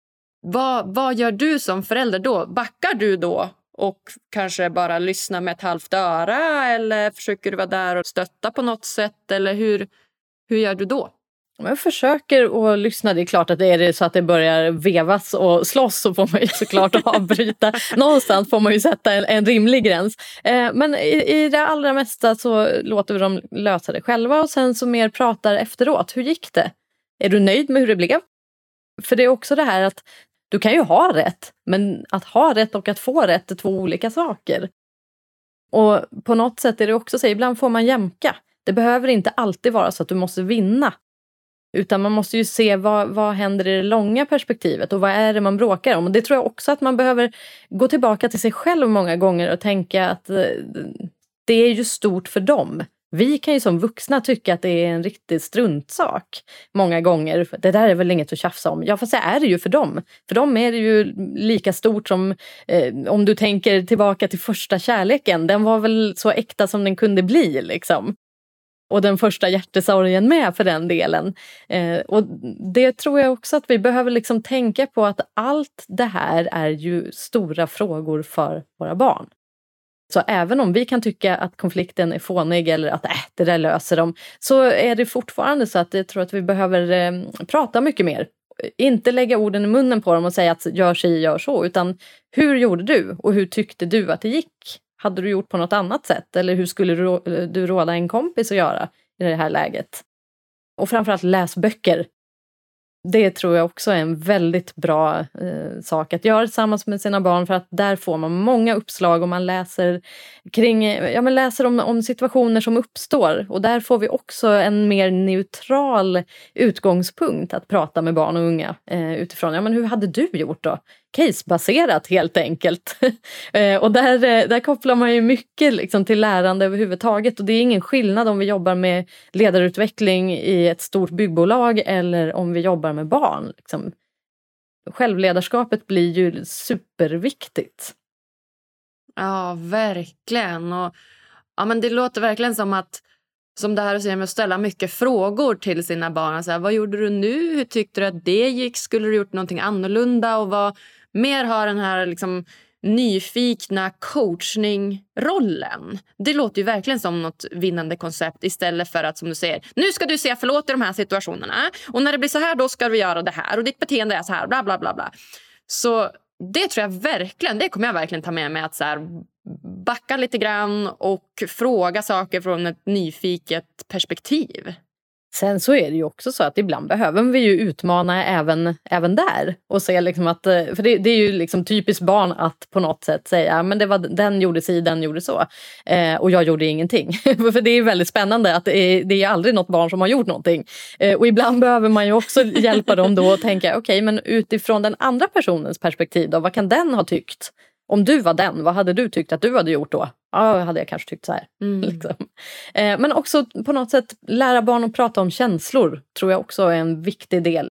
Vad, vad gör du som förälder då? Backar du då och kanske bara lyssnar med ett halvt öra eller försöker du vara där och stötta på något sätt eller hur, hur gör du då? Jag försöker att lyssna. Det är klart att det är det så att det börjar vevas och slåss så får man ju såklart avbryta. Någonstans får man ju sätta en, en rimlig gräns. Eh, men i, i det allra mesta så låter vi dem lösa det själva och sen så mer pratar efteråt. Hur gick det? Är du nöjd med hur det blev? För det är också det här att du kan ju ha rätt, men att ha rätt och att få rätt är två olika saker. Och på något sätt är det också så, ibland får man jämka. Det behöver inte alltid vara så att du måste vinna. Utan man måste ju se vad, vad händer i det långa perspektivet och vad är det man bråkar om. Och det tror jag också att man behöver gå tillbaka till sig själv många gånger och tänka att det är ju stort för dem. Vi kan ju som vuxna tycka att det är en riktig struntsak många gånger. Det där är väl inget att tjafsa om. Ja, fast det är det ju för dem. För dem är det ju lika stort som eh, om du tänker tillbaka till första kärleken. Den var väl så äkta som den kunde bli liksom. Och den första hjärtesorgen med för den delen. Eh, och det tror jag också att vi behöver liksom tänka på att allt det här är ju stora frågor för våra barn. Så även om vi kan tycka att konflikten är fånig eller att äh, det där löser de, så är det fortfarande så att jag tror att vi behöver eh, prata mycket mer. Inte lägga orden i munnen på dem och säga att gör sig, gör så, utan hur gjorde du och hur tyckte du att det gick? Hade du gjort på något annat sätt? Eller hur skulle du, du råda en kompis att göra i det här läget? Och framförallt läs böcker. Det tror jag också är en väldigt bra eh, sak att göra tillsammans med sina barn. För att där får man många uppslag och man läser, kring, ja, men läser om, om situationer som uppstår. Och där får vi också en mer neutral utgångspunkt att prata med barn och unga eh, utifrån. Ja, men hur hade du gjort då? casebaserat helt enkelt. Och där, där kopplar man ju mycket liksom till lärande överhuvudtaget. Och det är ingen skillnad om vi jobbar med ledarutveckling i ett stort byggbolag eller om vi jobbar med barn. Liksom. Självledarskapet blir ju superviktigt. Ja, verkligen. Och, ja, men det låter verkligen som att som det här att säga med att ställa mycket frågor till sina barn. Så här, vad gjorde du nu? Hur tyckte du att det gick? Skulle du gjort någonting annorlunda? Och vad mer har den här liksom, nyfikna coachning-rollen? Det låter ju verkligen som något vinnande koncept istället för att, som du säger, nu ska du säga förlåt i de här situationerna. Och när det blir så här, då ska du göra det här. Och ditt beteende är så här, bla bla bla bla. Så det tror jag verkligen, det kommer jag verkligen ta med mig att så här, backa lite grann och fråga saker från ett nyfiket perspektiv. Sen så är det ju också så att ibland behöver vi ju utmana även, även där. Och se liksom att, för det, det är ju liksom typiskt barn att på något sätt säga men det var, den gjorde si, den gjorde så. Eh, och jag gjorde ingenting. För det är ju väldigt spännande att det är, det är aldrig något barn som har gjort någonting. Eh, och ibland behöver man ju också hjälpa dem då att tänka okej, okay, men utifrån den andra personens perspektiv då, vad kan den ha tyckt? Om du var den, vad hade du tyckt att du hade gjort då? Ja, hade jag kanske tyckt så här. Mm. Liksom. Eh, men också på något sätt lära barn att prata om känslor tror jag också är en viktig del.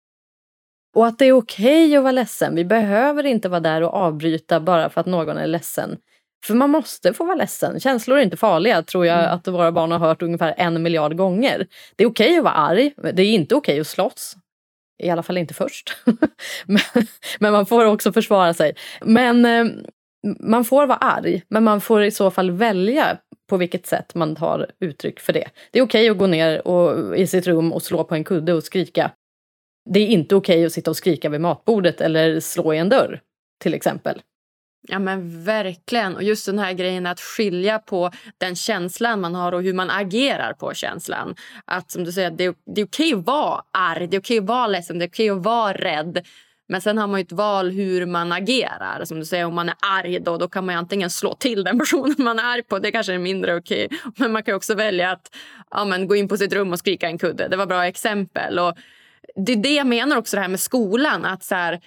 Och att det är okej att vara ledsen. Vi behöver inte vara där och avbryta bara för att någon är ledsen. För man måste få vara ledsen. Känslor är inte farliga, tror jag mm. att våra barn har hört ungefär en miljard gånger. Det är okej att vara arg. Det är inte okej att slåss. I alla fall inte först. men, men man får också försvara sig. Men eh, man får vara arg. Men man får i så fall välja på vilket sätt man tar uttryck för det. Det är okej att gå ner och, i sitt rum och slå på en kudde och skrika. Det är inte okej att sitta och skrika vid matbordet eller slå i en dörr, till exempel. Ja men verkligen, och just den här grejen att skilja på den känslan man har och hur man agerar på känslan. Att som du säger, det är, det är okej att vara arg, det är okej att vara ledsen, det är okej att vara rädd. Men sen har man ju ett val hur man agerar. Som du säger, om man är arg då, då kan man ju antingen slå till den personen man är arg på. Det kanske är mindre okej. Men man kan också välja att ja, men, gå in på sitt rum och skrika en kudde. Det var bra exempel. Och det är det jag menar också det här med skolan. Att så här,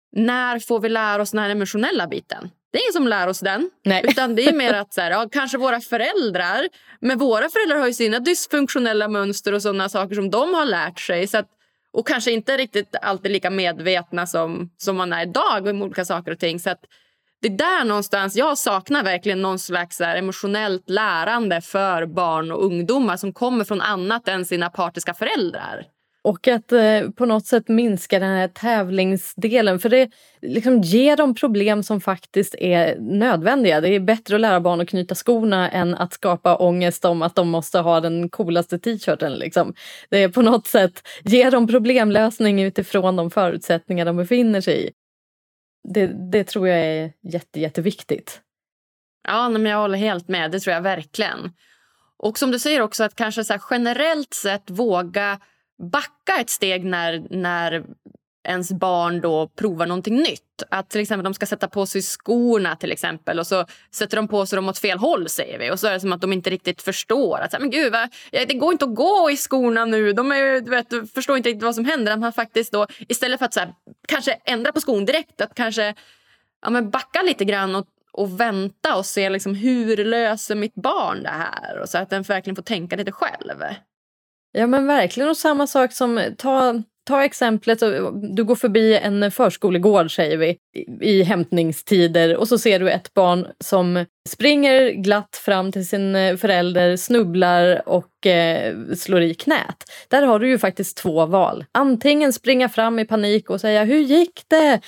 när får vi lära oss den här emotionella biten? Det är ingen som lär oss den. Nej. Utan det är mer att så här, ja, kanske våra föräldrar. Men våra föräldrar har ju sina dysfunktionella mönster och sådana saker som de har lärt sig. Så att, och kanske inte riktigt alltid lika medvetna som, som man är idag om olika saker och ting. Så att det är där någonstans jag saknar verkligen någon slags här emotionellt lärande för barn och ungdomar som kommer från annat än sina partiska föräldrar. Och att eh, på något sätt minska den här tävlingsdelen. För det liksom ger dem problem som faktiskt är nödvändiga. Det är bättre att lära barn att knyta skorna än att skapa ångest om att de måste ha den coolaste t-shirten. Liksom. Det är på något sätt ger dem problemlösning utifrån de förutsättningar de befinner sig i. Det, det tror jag är jätte, jätteviktigt. Ja, men jag håller helt med. Det tror jag verkligen. Och som du säger också att kanske så här generellt sett våga backa ett steg när, när ens barn då provar någonting nytt. Att till exempel de ska sätta på sig skorna till exempel och så sätter de på sig dem åt fel håll säger vi. Och så är det som att de inte riktigt förstår. Att men gud, va? Det går inte att gå i skorna nu. De är, du vet, förstår inte riktigt vad som händer. Att man faktiskt då, istället för att så här, kanske ändra på skon direkt, att kanske ja, men backa lite grann och, och vänta och se liksom, hur löser mitt barn det här. Och så att den verkligen får tänka lite själv. Ja men verkligen, och samma sak som ta, ta exemplet, du går förbi en förskolegård säger vi i hämtningstider och så ser du ett barn som springer glatt fram till sin förälder, snubblar och eh, slår i knät. Där har du ju faktiskt två val. Antingen springa fram i panik och säga hur gick det?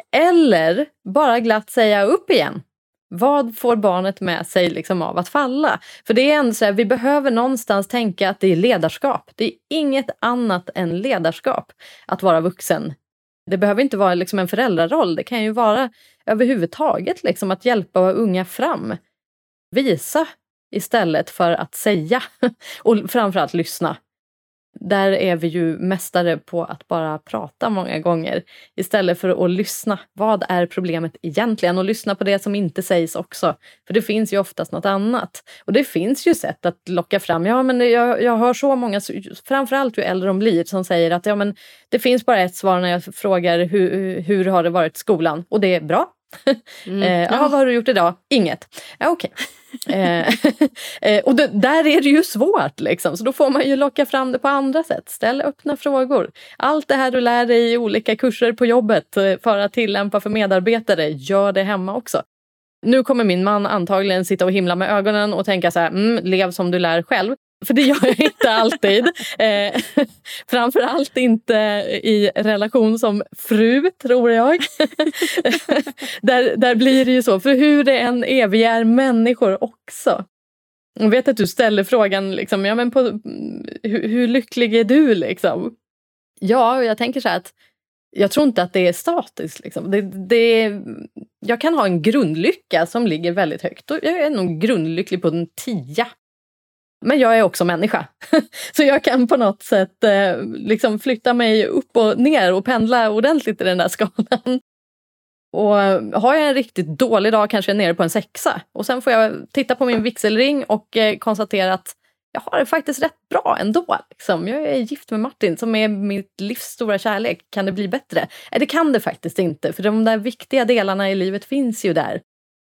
Eller bara glatt säga upp igen. Vad får barnet med sig liksom av att falla? För det är ändå så här, vi behöver någonstans tänka att det är ledarskap. Det är inget annat än ledarskap att vara vuxen. Det behöver inte vara liksom en föräldraroll. Det kan ju vara överhuvudtaget liksom att hjälpa unga fram. Visa istället för att säga. Och framförallt lyssna. där är vi ju mästare på att bara prata många gånger istället för att lyssna. Vad är problemet egentligen? Och lyssna på det som inte sägs också. För det finns ju oftast något annat. Och det finns ju sätt att locka fram. Ja, men jag, jag hör så många, framförallt ju äldre de blir, som säger att ja, men det finns bara ett svar när jag frågar hur, hur har det varit i skolan? Och det är bra. Mm. eh, ja. Vad har du gjort idag? Inget. Ja, okej. eh, eh, och det, där är det ju svårt liksom. Så då får man ju locka fram det på andra sätt. Ställ öppna frågor. Allt det här du lär dig i olika kurser på jobbet eh, för att tillämpa för medarbetare, gör det hemma också. Nu kommer min man antagligen sitta och himla med ögonen och tänka så här, mm, lev som du lär själv. För det gör jag inte alltid. Eh, framförallt inte i relation som fru, tror jag. där, där blir det ju så. För hur det än är, vi är människor också. Jag vet att du ställer frågan, liksom, ja, men på, hur, hur lycklig är du? Liksom? Ja, jag tänker så här att jag tror inte att det är statiskt. Liksom. Det, det, jag kan ha en grundlycka som ligger väldigt högt. Och jag är nog grundlycklig på en tia. Men jag är också människa. Så jag kan på något sätt eh, liksom flytta mig upp och ner och pendla ordentligt i den där skalan. Och har jag en riktigt dålig dag kanske jag är nere på en sexa. Och sen får jag titta på min vigselring och eh, konstatera att jag har det faktiskt rätt bra ändå. Liksom. Jag är gift med Martin som är mitt livs stora kärlek. Kan det bli bättre? Nej, det kan det faktiskt inte. För de där viktiga delarna i livet finns ju där.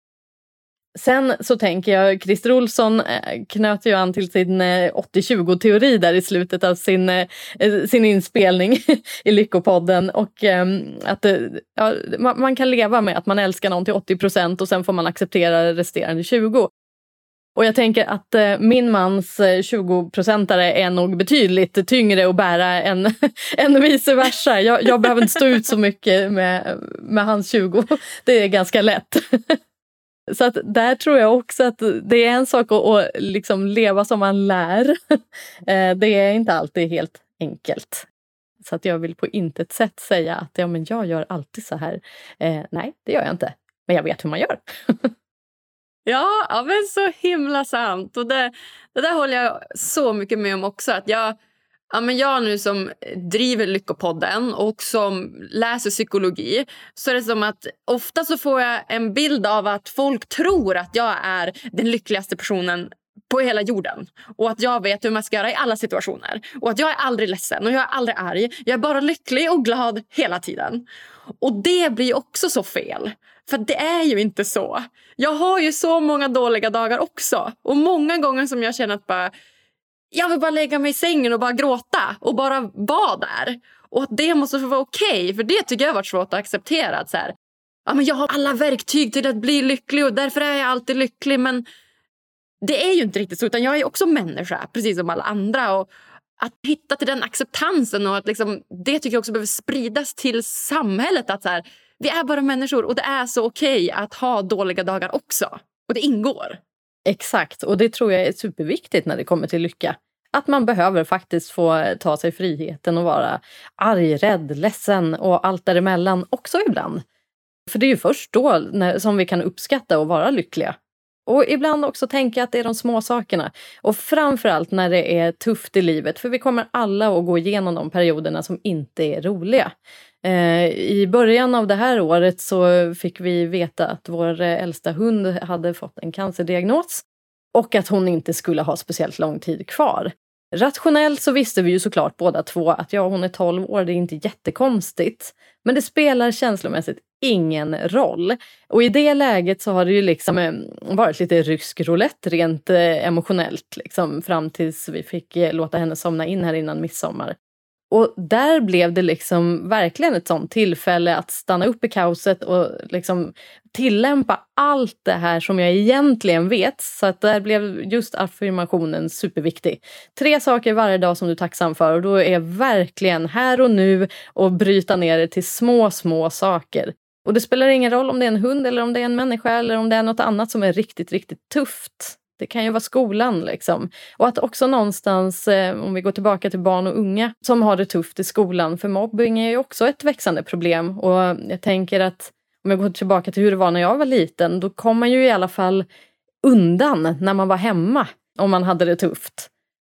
Sen så tänker jag, Christer Olsson knöt ju an till sin åttio tjugo-teori där i slutet av sin, sin inspelning i Lyckopodden. Och att ja, man kan leva med att man älskar någon till åttio procent och sen får man acceptera resterande tjugo. Och jag tänker att eh, min mans tjugo-procentare är nog betydligt tyngre att bära än, än vice versa. Jag, jag behöver inte stå ut så mycket med, med hans tjugo. Det är ganska lätt. Så att där tror jag också att det är en sak att, att liksom leva som man lär. Det är inte alltid helt enkelt. Så att jag vill på intet sätt säga att ja, men jag gör alltid så här. Eh, nej, det gör jag inte. Men jag vet hur man gör. Ja, ja, men så himla sant. Och det, det där håller jag så mycket med om också. Att jag, ja, men jag nu som driver Lyckopodden och som läser psykologi, så är det som att ofta så får jag en bild av att folk tror att jag är den lyckligaste personen på hela jorden. Och att jag vet hur man ska göra i alla situationer. Och att jag är aldrig ledsen och jag är aldrig arg. Jag är bara lycklig och glad hela tiden. Och det blir också så fel. För det är ju inte så. Jag har ju så många dåliga dagar också. Och många gånger som jag känner att bara, jag vill bara lägga mig i sängen och bara gråta. Och bara vara där. Och att det måste få vara okej. För det tycker jag har varit svårt att acceptera. Att så här, ja, men jag har alla verktyg till att bli lycklig och därför är jag alltid lycklig. Men det är ju inte riktigt så, utan jag är också människa, precis som alla andra. Och att hitta till den acceptansen och att liksom, det tycker jag också behöver spridas till samhället. Att så här, vi är bara människor och det är så okej att ha dåliga dagar också. Och det ingår. Exakt, och det tror jag är superviktigt när det kommer till lycka. Att man behöver faktiskt få ta sig friheten och vara arg, rädd, ledsen och allt däremellan också ibland. För det är ju först då när, som vi kan uppskatta och vara lyckliga. Och ibland också tänka att det är de små sakerna. Och framförallt när det är tufft i livet. För vi kommer alla att gå igenom de perioderna som inte är roliga. Eh, I början av det här året så fick vi veta att vår äldsta hund hade fått en cancerdiagnos. Och att hon inte skulle ha speciellt lång tid kvar. Rationellt så visste vi ju såklart båda två att ja, hon är tolv år, det är inte jättekonstigt. Men det spelar känslomässigt ingen roll. Och i det läget så har det ju liksom varit lite rysk roulette rent emotionellt. Liksom, fram tills vi fick låta henne somna in här innan midsommar. Och där blev det liksom verkligen ett sånt tillfälle att stanna upp i kaoset och liksom tillämpa allt det här som jag egentligen vet. Så att där blev just affirmationen superviktig. Tre saker varje dag som du är tacksam för, och då är verkligen här och nu och bryta ner det till små, små saker. Och det spelar ingen roll om det är en hund eller om det är en människa eller om det är något annat som är riktigt, riktigt tufft. Det kan ju vara skolan liksom. Och att också någonstans, eh, om vi går tillbaka till barn och unga som har det tufft i skolan. För mobbing är ju också ett växande problem. Och jag tänker att om jag går tillbaka till hur det var när jag var liten. Då kom man ju i alla fall undan när man var hemma. Om man hade det tufft.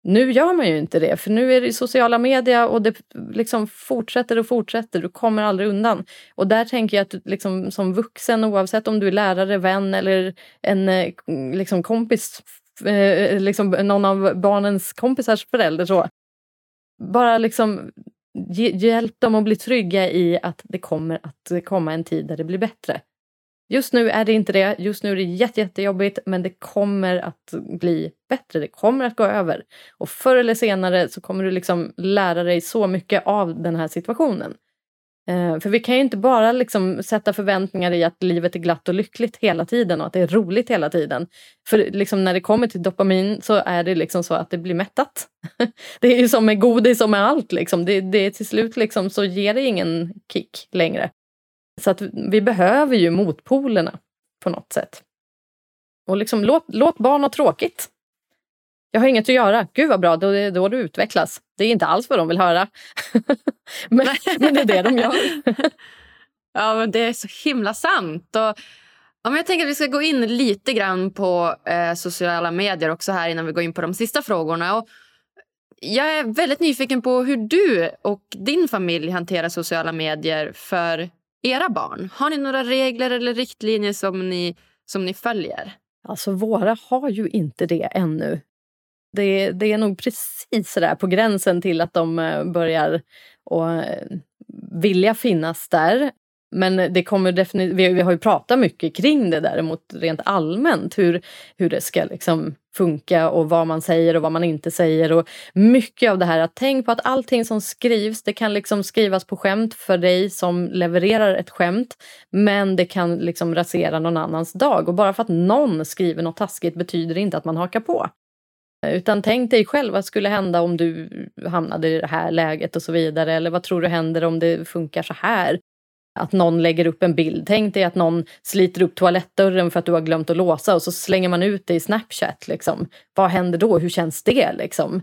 Nu gör man ju inte det, för nu är det sociala medier och det liksom fortsätter och fortsätter. Du kommer aldrig undan. Och där tänker jag att liksom, som vuxen, oavsett om du är lärare, vän eller en liksom, kompis, eh, liksom, någon av barnens kompisars förälder, så bara liksom hjälp dem att bli trygga i att det kommer att komma en tid där det blir bättre. Just nu är det inte det. Just nu är det jätte, jättejobbigt, men det kommer att bli bättre. Det kommer att gå över. Och förr eller senare så kommer du liksom lära dig så mycket av den här situationen. Eh, för vi kan ju inte bara liksom sätta förväntningar i att livet är glatt och lyckligt hela tiden och att det är roligt hela tiden. För liksom när det kommer till dopamin så är det liksom så att det blir mättat. Det är ju som med godis och med allt. Liksom. Det, det är till slut liksom, så ger det ingen kick längre. Så att vi behöver ju motpolerna på något sätt. Och liksom låt, låt barn ha tråkigt. Jag har inget att göra. Gud vad bra, då är det då du utvecklas. Det är inte alls vad de vill höra. men, men det är det de gör. Ja, men det är så himla sant. Och, ja, jag tänker att vi ska gå in lite grann på eh, sociala medier också här innan vi går in på de sista frågorna. Och jag är väldigt nyfiken på hur du och din familj hanterar sociala medier för era barn. Har ni några regler eller riktlinjer som ni, som ni följer? Alltså våra har ju inte det ännu. Det, det är nog precis där på gränsen till att de börjar och vilja finnas där. Men det kommer definitivt, vi, vi har ju pratat mycket kring det däremot rent allmänt. Hur, hur det ska liksom funka och vad man säger och vad man inte säger. Och mycket av det här, att tänk på att allting som skrivs, det kan liksom skrivas på skämt för dig som levererar ett skämt. Men det kan liksom rasera någon annans dag. Och bara för att någon skriver något taskigt betyder det inte att man hakar på. Utan tänk dig själv, vad skulle hända om du hamnade i det här läget och så vidare. Eller vad tror du händer om det funkar så här? Att någon lägger upp en bild. Tänk dig att någon sliter upp toalettdörren för att du har glömt att låsa och så slänger man ut det i Snapchat. Liksom. Vad händer då? Hur känns det? Liksom?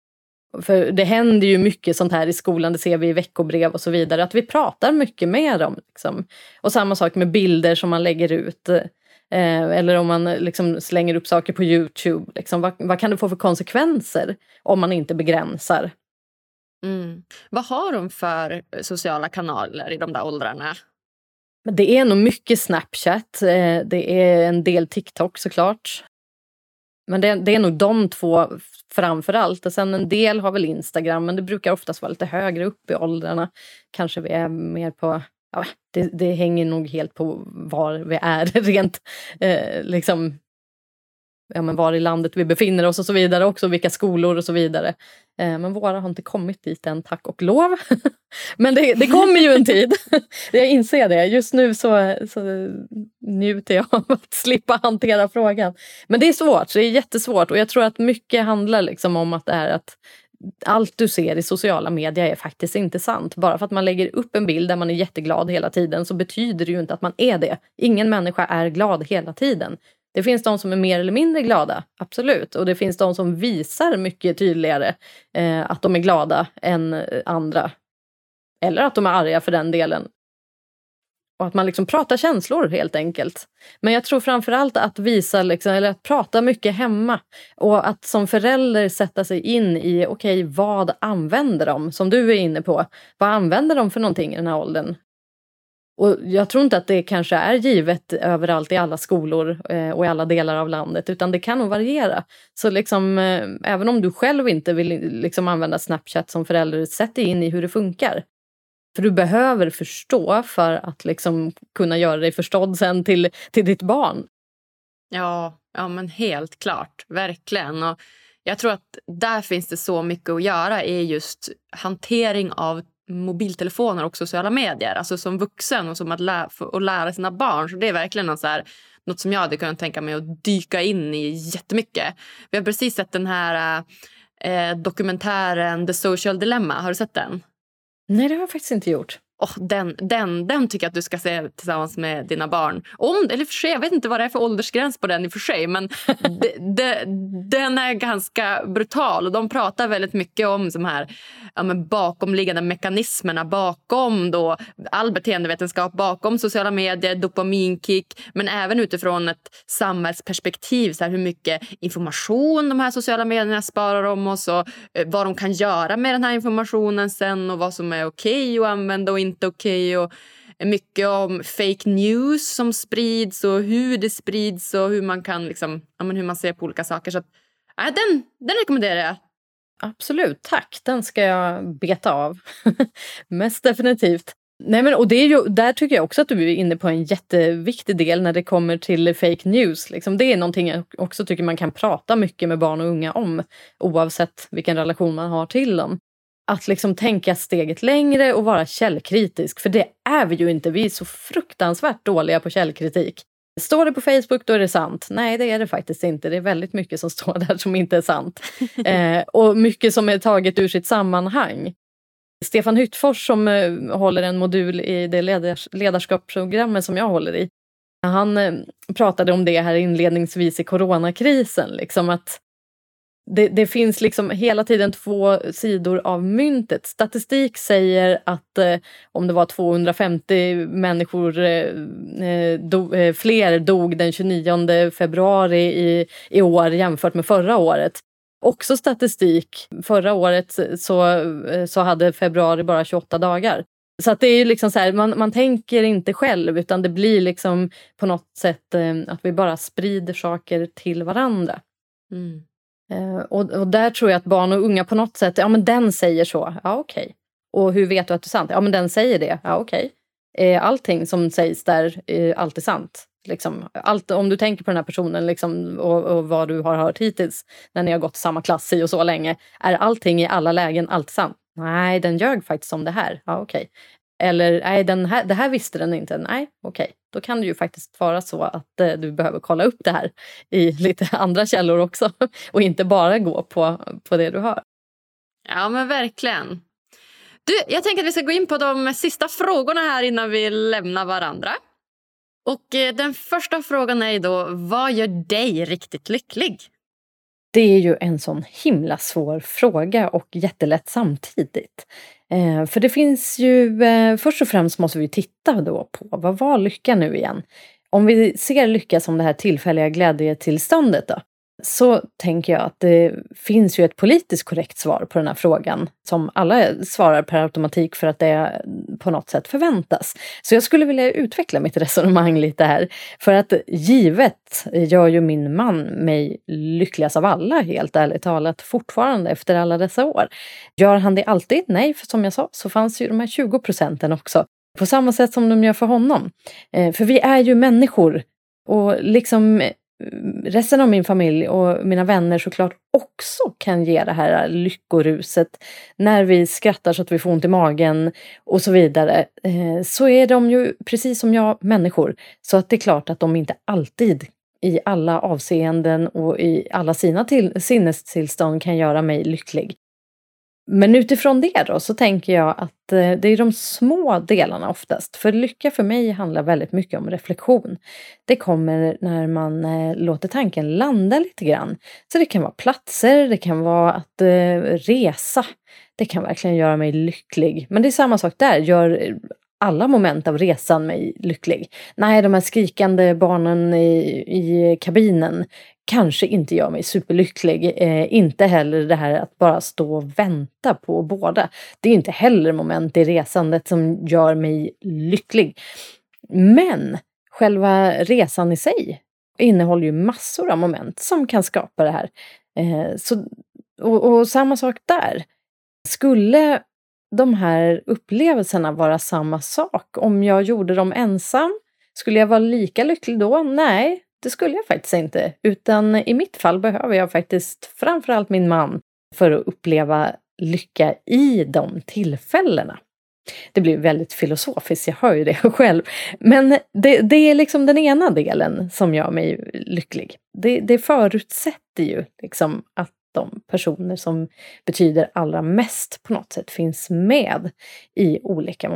För det händer ju mycket sånt här i skolan. Det ser vi i veckobrev och så vidare. Att vi pratar mycket med dem. Liksom. Och samma sak med bilder som man lägger ut. Eh, eller om man liksom slänger upp saker på YouTube. Liksom. Vad, vad kan det få för konsekvenser om man inte begränsar? Mm. Vad har de för sociala kanaler i de där åldrarna? Det är nog mycket Snapchat. Det är en del TikTok såklart. Men det, det är nog de två framförallt. Och sen en del har väl Instagram. Men det brukar oftast vara lite högre upp i åldrarna. Kanske vi är mer på... Ja, det, det hänger nog helt på var vi är rent eh, liksom... Ja, men var i landet vi befinner oss och så vidare också, vilka skolor och så vidare. Eh, men våra har inte kommit dit än, tack och lov. Men det, det kommer ju en tid. Jag inser det. Just nu så, så njuter jag av att slippa hantera frågan. Men det är svårt, det är jättesvårt. Och jag tror att mycket handlar liksom om att det är att allt du ser i sociala medier är faktiskt inte sant. Bara för att man lägger upp en bild där man är jätteglad hela tiden så betyder det ju inte att man är det. Ingen människa är glad hela tiden. Det finns de som är mer eller mindre glada, absolut. Och det finns de som visar mycket tydligare eh, att de är glada än andra. Eller att de är arga för den delen. Och att man liksom pratar känslor helt enkelt. Men jag tror framförallt att visa, liksom, eller att prata mycket hemma. Och att som förälder sätta sig in i, okej, okay, vad använder de? Som du är inne på. Vad använder de för någonting i den här åldern? Och jag tror inte att det kanske är givet överallt i alla skolor eh, och i alla delar av landet, utan det kan nog variera. Så liksom, eh, även om du själv inte vill liksom, använda Snapchat som förälder, sätt dig in i hur det funkar. För du behöver förstå för att liksom, kunna göra dig förstådd sen till, till ditt barn. Ja, ja, men helt klart, verkligen. Och jag tror att där finns det så mycket att göra i just hantering av mobiltelefoner och sociala medier, alltså som vuxen och som att lä- och lära sina barn. Så det är verkligen något, så här, något som jag hade kunnat tänka mig att dyka in i jättemycket. Vi har precis sett den här eh, dokumentären The Social Dilemma. Har du sett den? Nej, det har jag faktiskt inte gjort. Oh, den, den, den tycker jag att du ska se tillsammans med dina barn. Om, eller för sig, jag vet inte vad det är för åldersgräns på den i och för sig. Men de, de, den är ganska brutal. Och de pratar väldigt mycket om de här ja, men bakomliggande mekanismerna. Bakom då all beteendevetenskap. Bakom sociala medier, dopaminkick. Men även utifrån ett samhällsperspektiv. Så här, hur mycket information de här sociala medierna sparar om oss. Och eh, vad de kan göra med den här informationen sen. Och vad som är okej att använda och inte okej, och mycket om fake news som sprids och hur det sprids och hur man kan liksom, ja, men hur man ser på olika saker. Så att, ja, den, den rekommenderar jag. Absolut, tack. Den ska jag beta av. Mest definitivt. Nej, men, och det är ju, där tycker jag också att du är inne på en jätteviktig del när det kommer till fake news. Liksom, det är någonting jag också tycker man kan prata mycket med barn och unga om, oavsett vilken relation man har till dem. Att liksom tänka steget längre och vara källkritisk. För det är vi ju inte. Vi är så fruktansvärt dåliga på källkritik. Står det på Facebook, då är det sant. Nej, det är det faktiskt inte. Det är väldigt mycket som står där som inte är sant. eh, och mycket som är taget ur sitt sammanhang. Stefan Hyttfors som eh, håller en modul i det ledars- ledarskapsprogrammet som jag håller i. Han eh, pratade om det här inledningsvis i coronakrisen. Liksom att Det, det finns liksom hela tiden två sidor av myntet. Statistik säger att eh, om det var tvåhundrafemtio människor eh, do, eh, fler dog den tjugonionde februari i, i år jämfört med förra året. Också statistik. Förra året så, så hade februari bara tjugoåtta dagar. Så att det är liksom så här, man, man tänker inte själv, utan det blir liksom på något sätt eh, att vi bara sprider saker till varandra. Mm. Uh, och, och där tror jag att barn och unga på något sätt, ja men den säger så, ja okej. Okay. Och hur vet du att det är sant? Ja men den säger det, ja okej. Okay. Uh, allting som sägs där är alltid sant. Liksom, allt, om du tänker på den här personen liksom, och, och vad du har hört hittills när ni har gått samma klass i och så länge, är allting i alla lägen alltid sant? Nej, den ljög faktiskt om det här, ja okej. Okay. Eller nej, den här, det här visste den inte, nej okej. Okay. Då kan det ju faktiskt vara så att eh, du behöver kolla upp det här i lite andra källor också. Och inte bara gå på, på det du hör. Ja men verkligen. Du, jag tänker att vi ska gå in på de sista frågorna här innan vi lämnar varandra. Och eh, den första frågan är då, vad gör dig riktigt lycklig? Det är ju en sån himla svår fråga och jättelätt samtidigt. Eh, för det finns ju, eh, först och främst måste vi titta då på, vad var lycka nu igen? Om vi ser lycka som det här tillfälliga glädjetillståndet då, så tänker jag att det finns ju ett politiskt korrekt svar på den här frågan som alla svarar per automatik för att det på något sätt förväntas. Så jag skulle vilja utveckla mitt resonemang lite här. För att givet gör ju min man mig lyckligast av alla, helt ärligt talat, fortfarande efter alla dessa år. Gör han det alltid? Nej, för som jag sa så fanns ju de här tjugo procenten också. På samma sätt som de gör för honom. För vi är ju människor och liksom resten av min familj och mina vänner såklart också kan ge det här lyckoruset när vi skrattar så att vi får ont i magen och så vidare, så är de ju precis som jag människor, så att det är klart att de inte alltid i alla avseenden och i alla sina till- sinnestillstånd kan göra mig lycklig. Men utifrån det då så tänker jag att det är de små delarna oftast. För lycka för mig handlar väldigt mycket om reflektion. Det kommer när man låter tanken landa lite grann. Så det kan vara platser, det kan vara att resa. Det kan verkligen göra mig lycklig. Men det är samma sak där, gör alla moment av resan mig lycklig. Nej, de här skrikande barnen i, i kabinen kanske inte gör mig superlycklig. Eh, inte heller det här att bara stå och vänta på båda. Det är inte heller moment i resandet som gör mig lycklig. Men själva resan i sig innehåller ju massor av moment som kan skapa det här. Eh, så, och, och samma sak där. Skulle de här upplevelserna vara samma sak? Om jag gjorde dem ensam, skulle jag vara lika lycklig då? Nej, det skulle jag faktiskt inte. Utan i mitt fall behöver jag faktiskt framförallt min man för att uppleva lycka i de tillfällena. Det blir väldigt filosofiskt, jag hör ju det själv. Men det, det är liksom den ena delen som gör mig lycklig. Det, det förutsätter ju liksom att de personer som betyder allra mest på något sätt finns med i olika moment.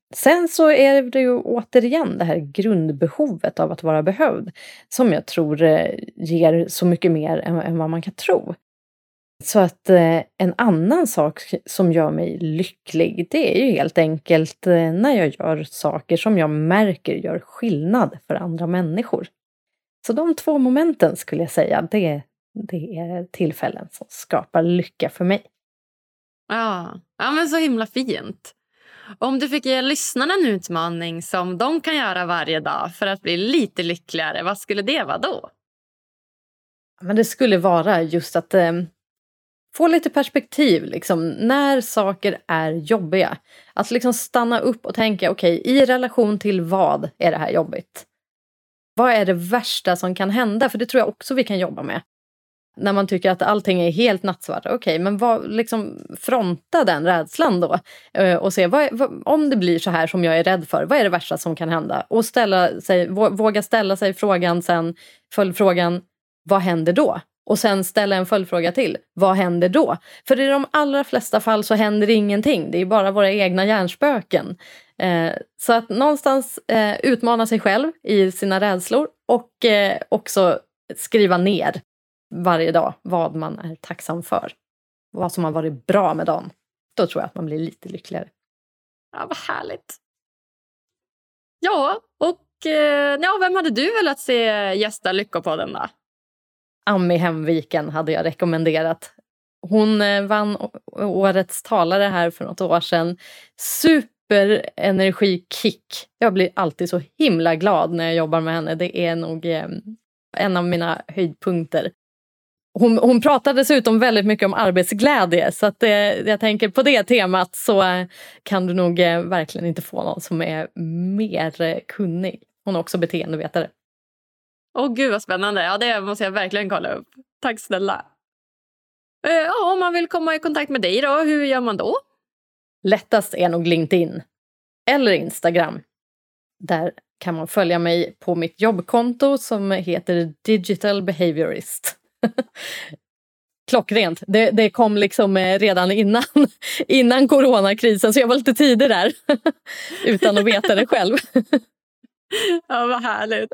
Sen så är det ju återigen det här grundbehovet av att vara behövd som jag tror eh, ger så mycket mer än, än vad man kan tro. Så att eh, en annan sak som gör mig lycklig, det är ju helt enkelt eh, när jag gör saker som jag märker gör skillnad för andra människor. Så de två momenten skulle jag säga, det, det är tillfällen som skapar lycka för mig. Ja, ja men så himla fint. Om du fick ge lyssnarna en utmaning som de kan göra varje dag för att bli lite lyckligare, vad skulle det vara då? Men det skulle vara just att eh, få lite perspektiv liksom, när saker är jobbiga. Att liksom stanna upp och tänka, okej, okay, i relation till vad är det här jobbigt? Vad är det värsta som kan hända? För det tror jag också vi kan jobba med. När man tycker att allting är helt nattsvart. Okej, okay, men vad, liksom, fronta den rädslan då. Och se, vad, vad, om det blir så här som jag är rädd för, vad är det värsta som kan hända? Och ställa sig, våga ställa sig frågan sen, följdfrågan, vad händer då? Och sen ställa en följdfråga till, vad händer då? För i de allra flesta fall så händer ingenting. Det är bara våra egna hjärnspöken. Eh, så att någonstans eh, utmana sig själv i sina rädslor. Och eh, också skriva ner varje dag vad man är tacksam för. Vad som har varit bra med dagen. Då tror jag att man blir lite lyckligare. Ja, vad härligt. Ja, och eh, ja, vem hade du velat se gästa Lyckopodden då? Ami Hemviken hade jag rekommenderat. Hon eh, vann årets talare här för något år sedan. Superenergikick. Jag blir alltid så himla glad när jag jobbar med henne. Det är nog eh, en av mina höjdpunkter. Hon, hon pratade dessutom väldigt mycket om arbetsglädje. Så att, eh, jag tänker på det temat så eh, kan du nog eh, verkligen inte få någon som är mer eh, kunnig. Hon är också beteendevetare. Åh gud vad spännande. Ja, det måste jag verkligen kolla upp. Tack snälla. Eh, ja, om man vill komma i kontakt med dig då, hur gör man då? Lättast är nog LinkedIn. Eller Instagram. Där kan man följa mig på mitt jobbkonto som heter Digital Behaviorist. Klockrent. Det, det kom liksom redan innan, innan coronakrisen så jag var lite tidig där. Utan att veta det själv. Ja, vad härligt.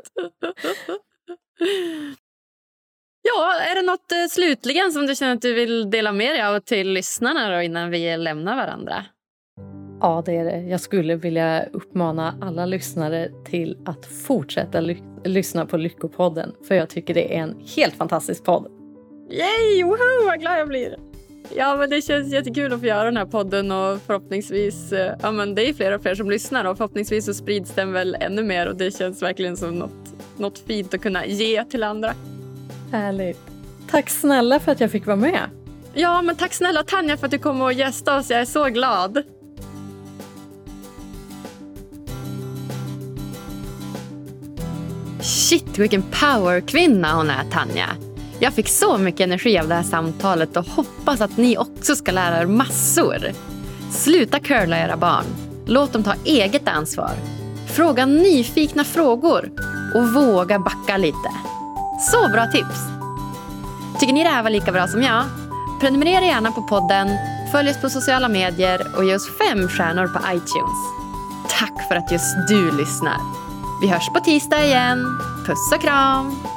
Ja, är det något eh, slutligen som du känner att du vill dela med dig av till lyssnarna då, innan vi lämnar varandra? Ja, det är det. Jag skulle vilja uppmana alla lyssnare till att fortsätta ly- lyssna på Lyckopodden. För jag tycker det är en helt fantastisk podd. Yay! Woho! Vad glad jag blir. Ja, men det känns jättekul att få göra den här podden och förhoppningsvis, ja men det är fler och fler som lyssnar och förhoppningsvis så sprids den väl ännu mer och det känns verkligen som något, något fint att kunna ge till andra. Härligt. Tack snälla för att jag fick vara med. Ja, men tack snälla Tanja för att du kom och gästa oss. Jag är så glad. Shit, vilken powerkvinna hon är, Tanja. Jag fick så mycket energi av det här samtalet och hoppas att ni också ska lära er massor. Sluta curla era barn. Låt dem ta eget ansvar. Fråga nyfikna frågor och våga backa lite. Så bra tips! Tycker ni det här var lika bra som jag? Prenumerera gärna på podden, följ oss på sociala medier och ge oss fem stjärnor på iTunes. Tack för att just du lyssnar. Vi hörs på tisdag igen. Puss och kram!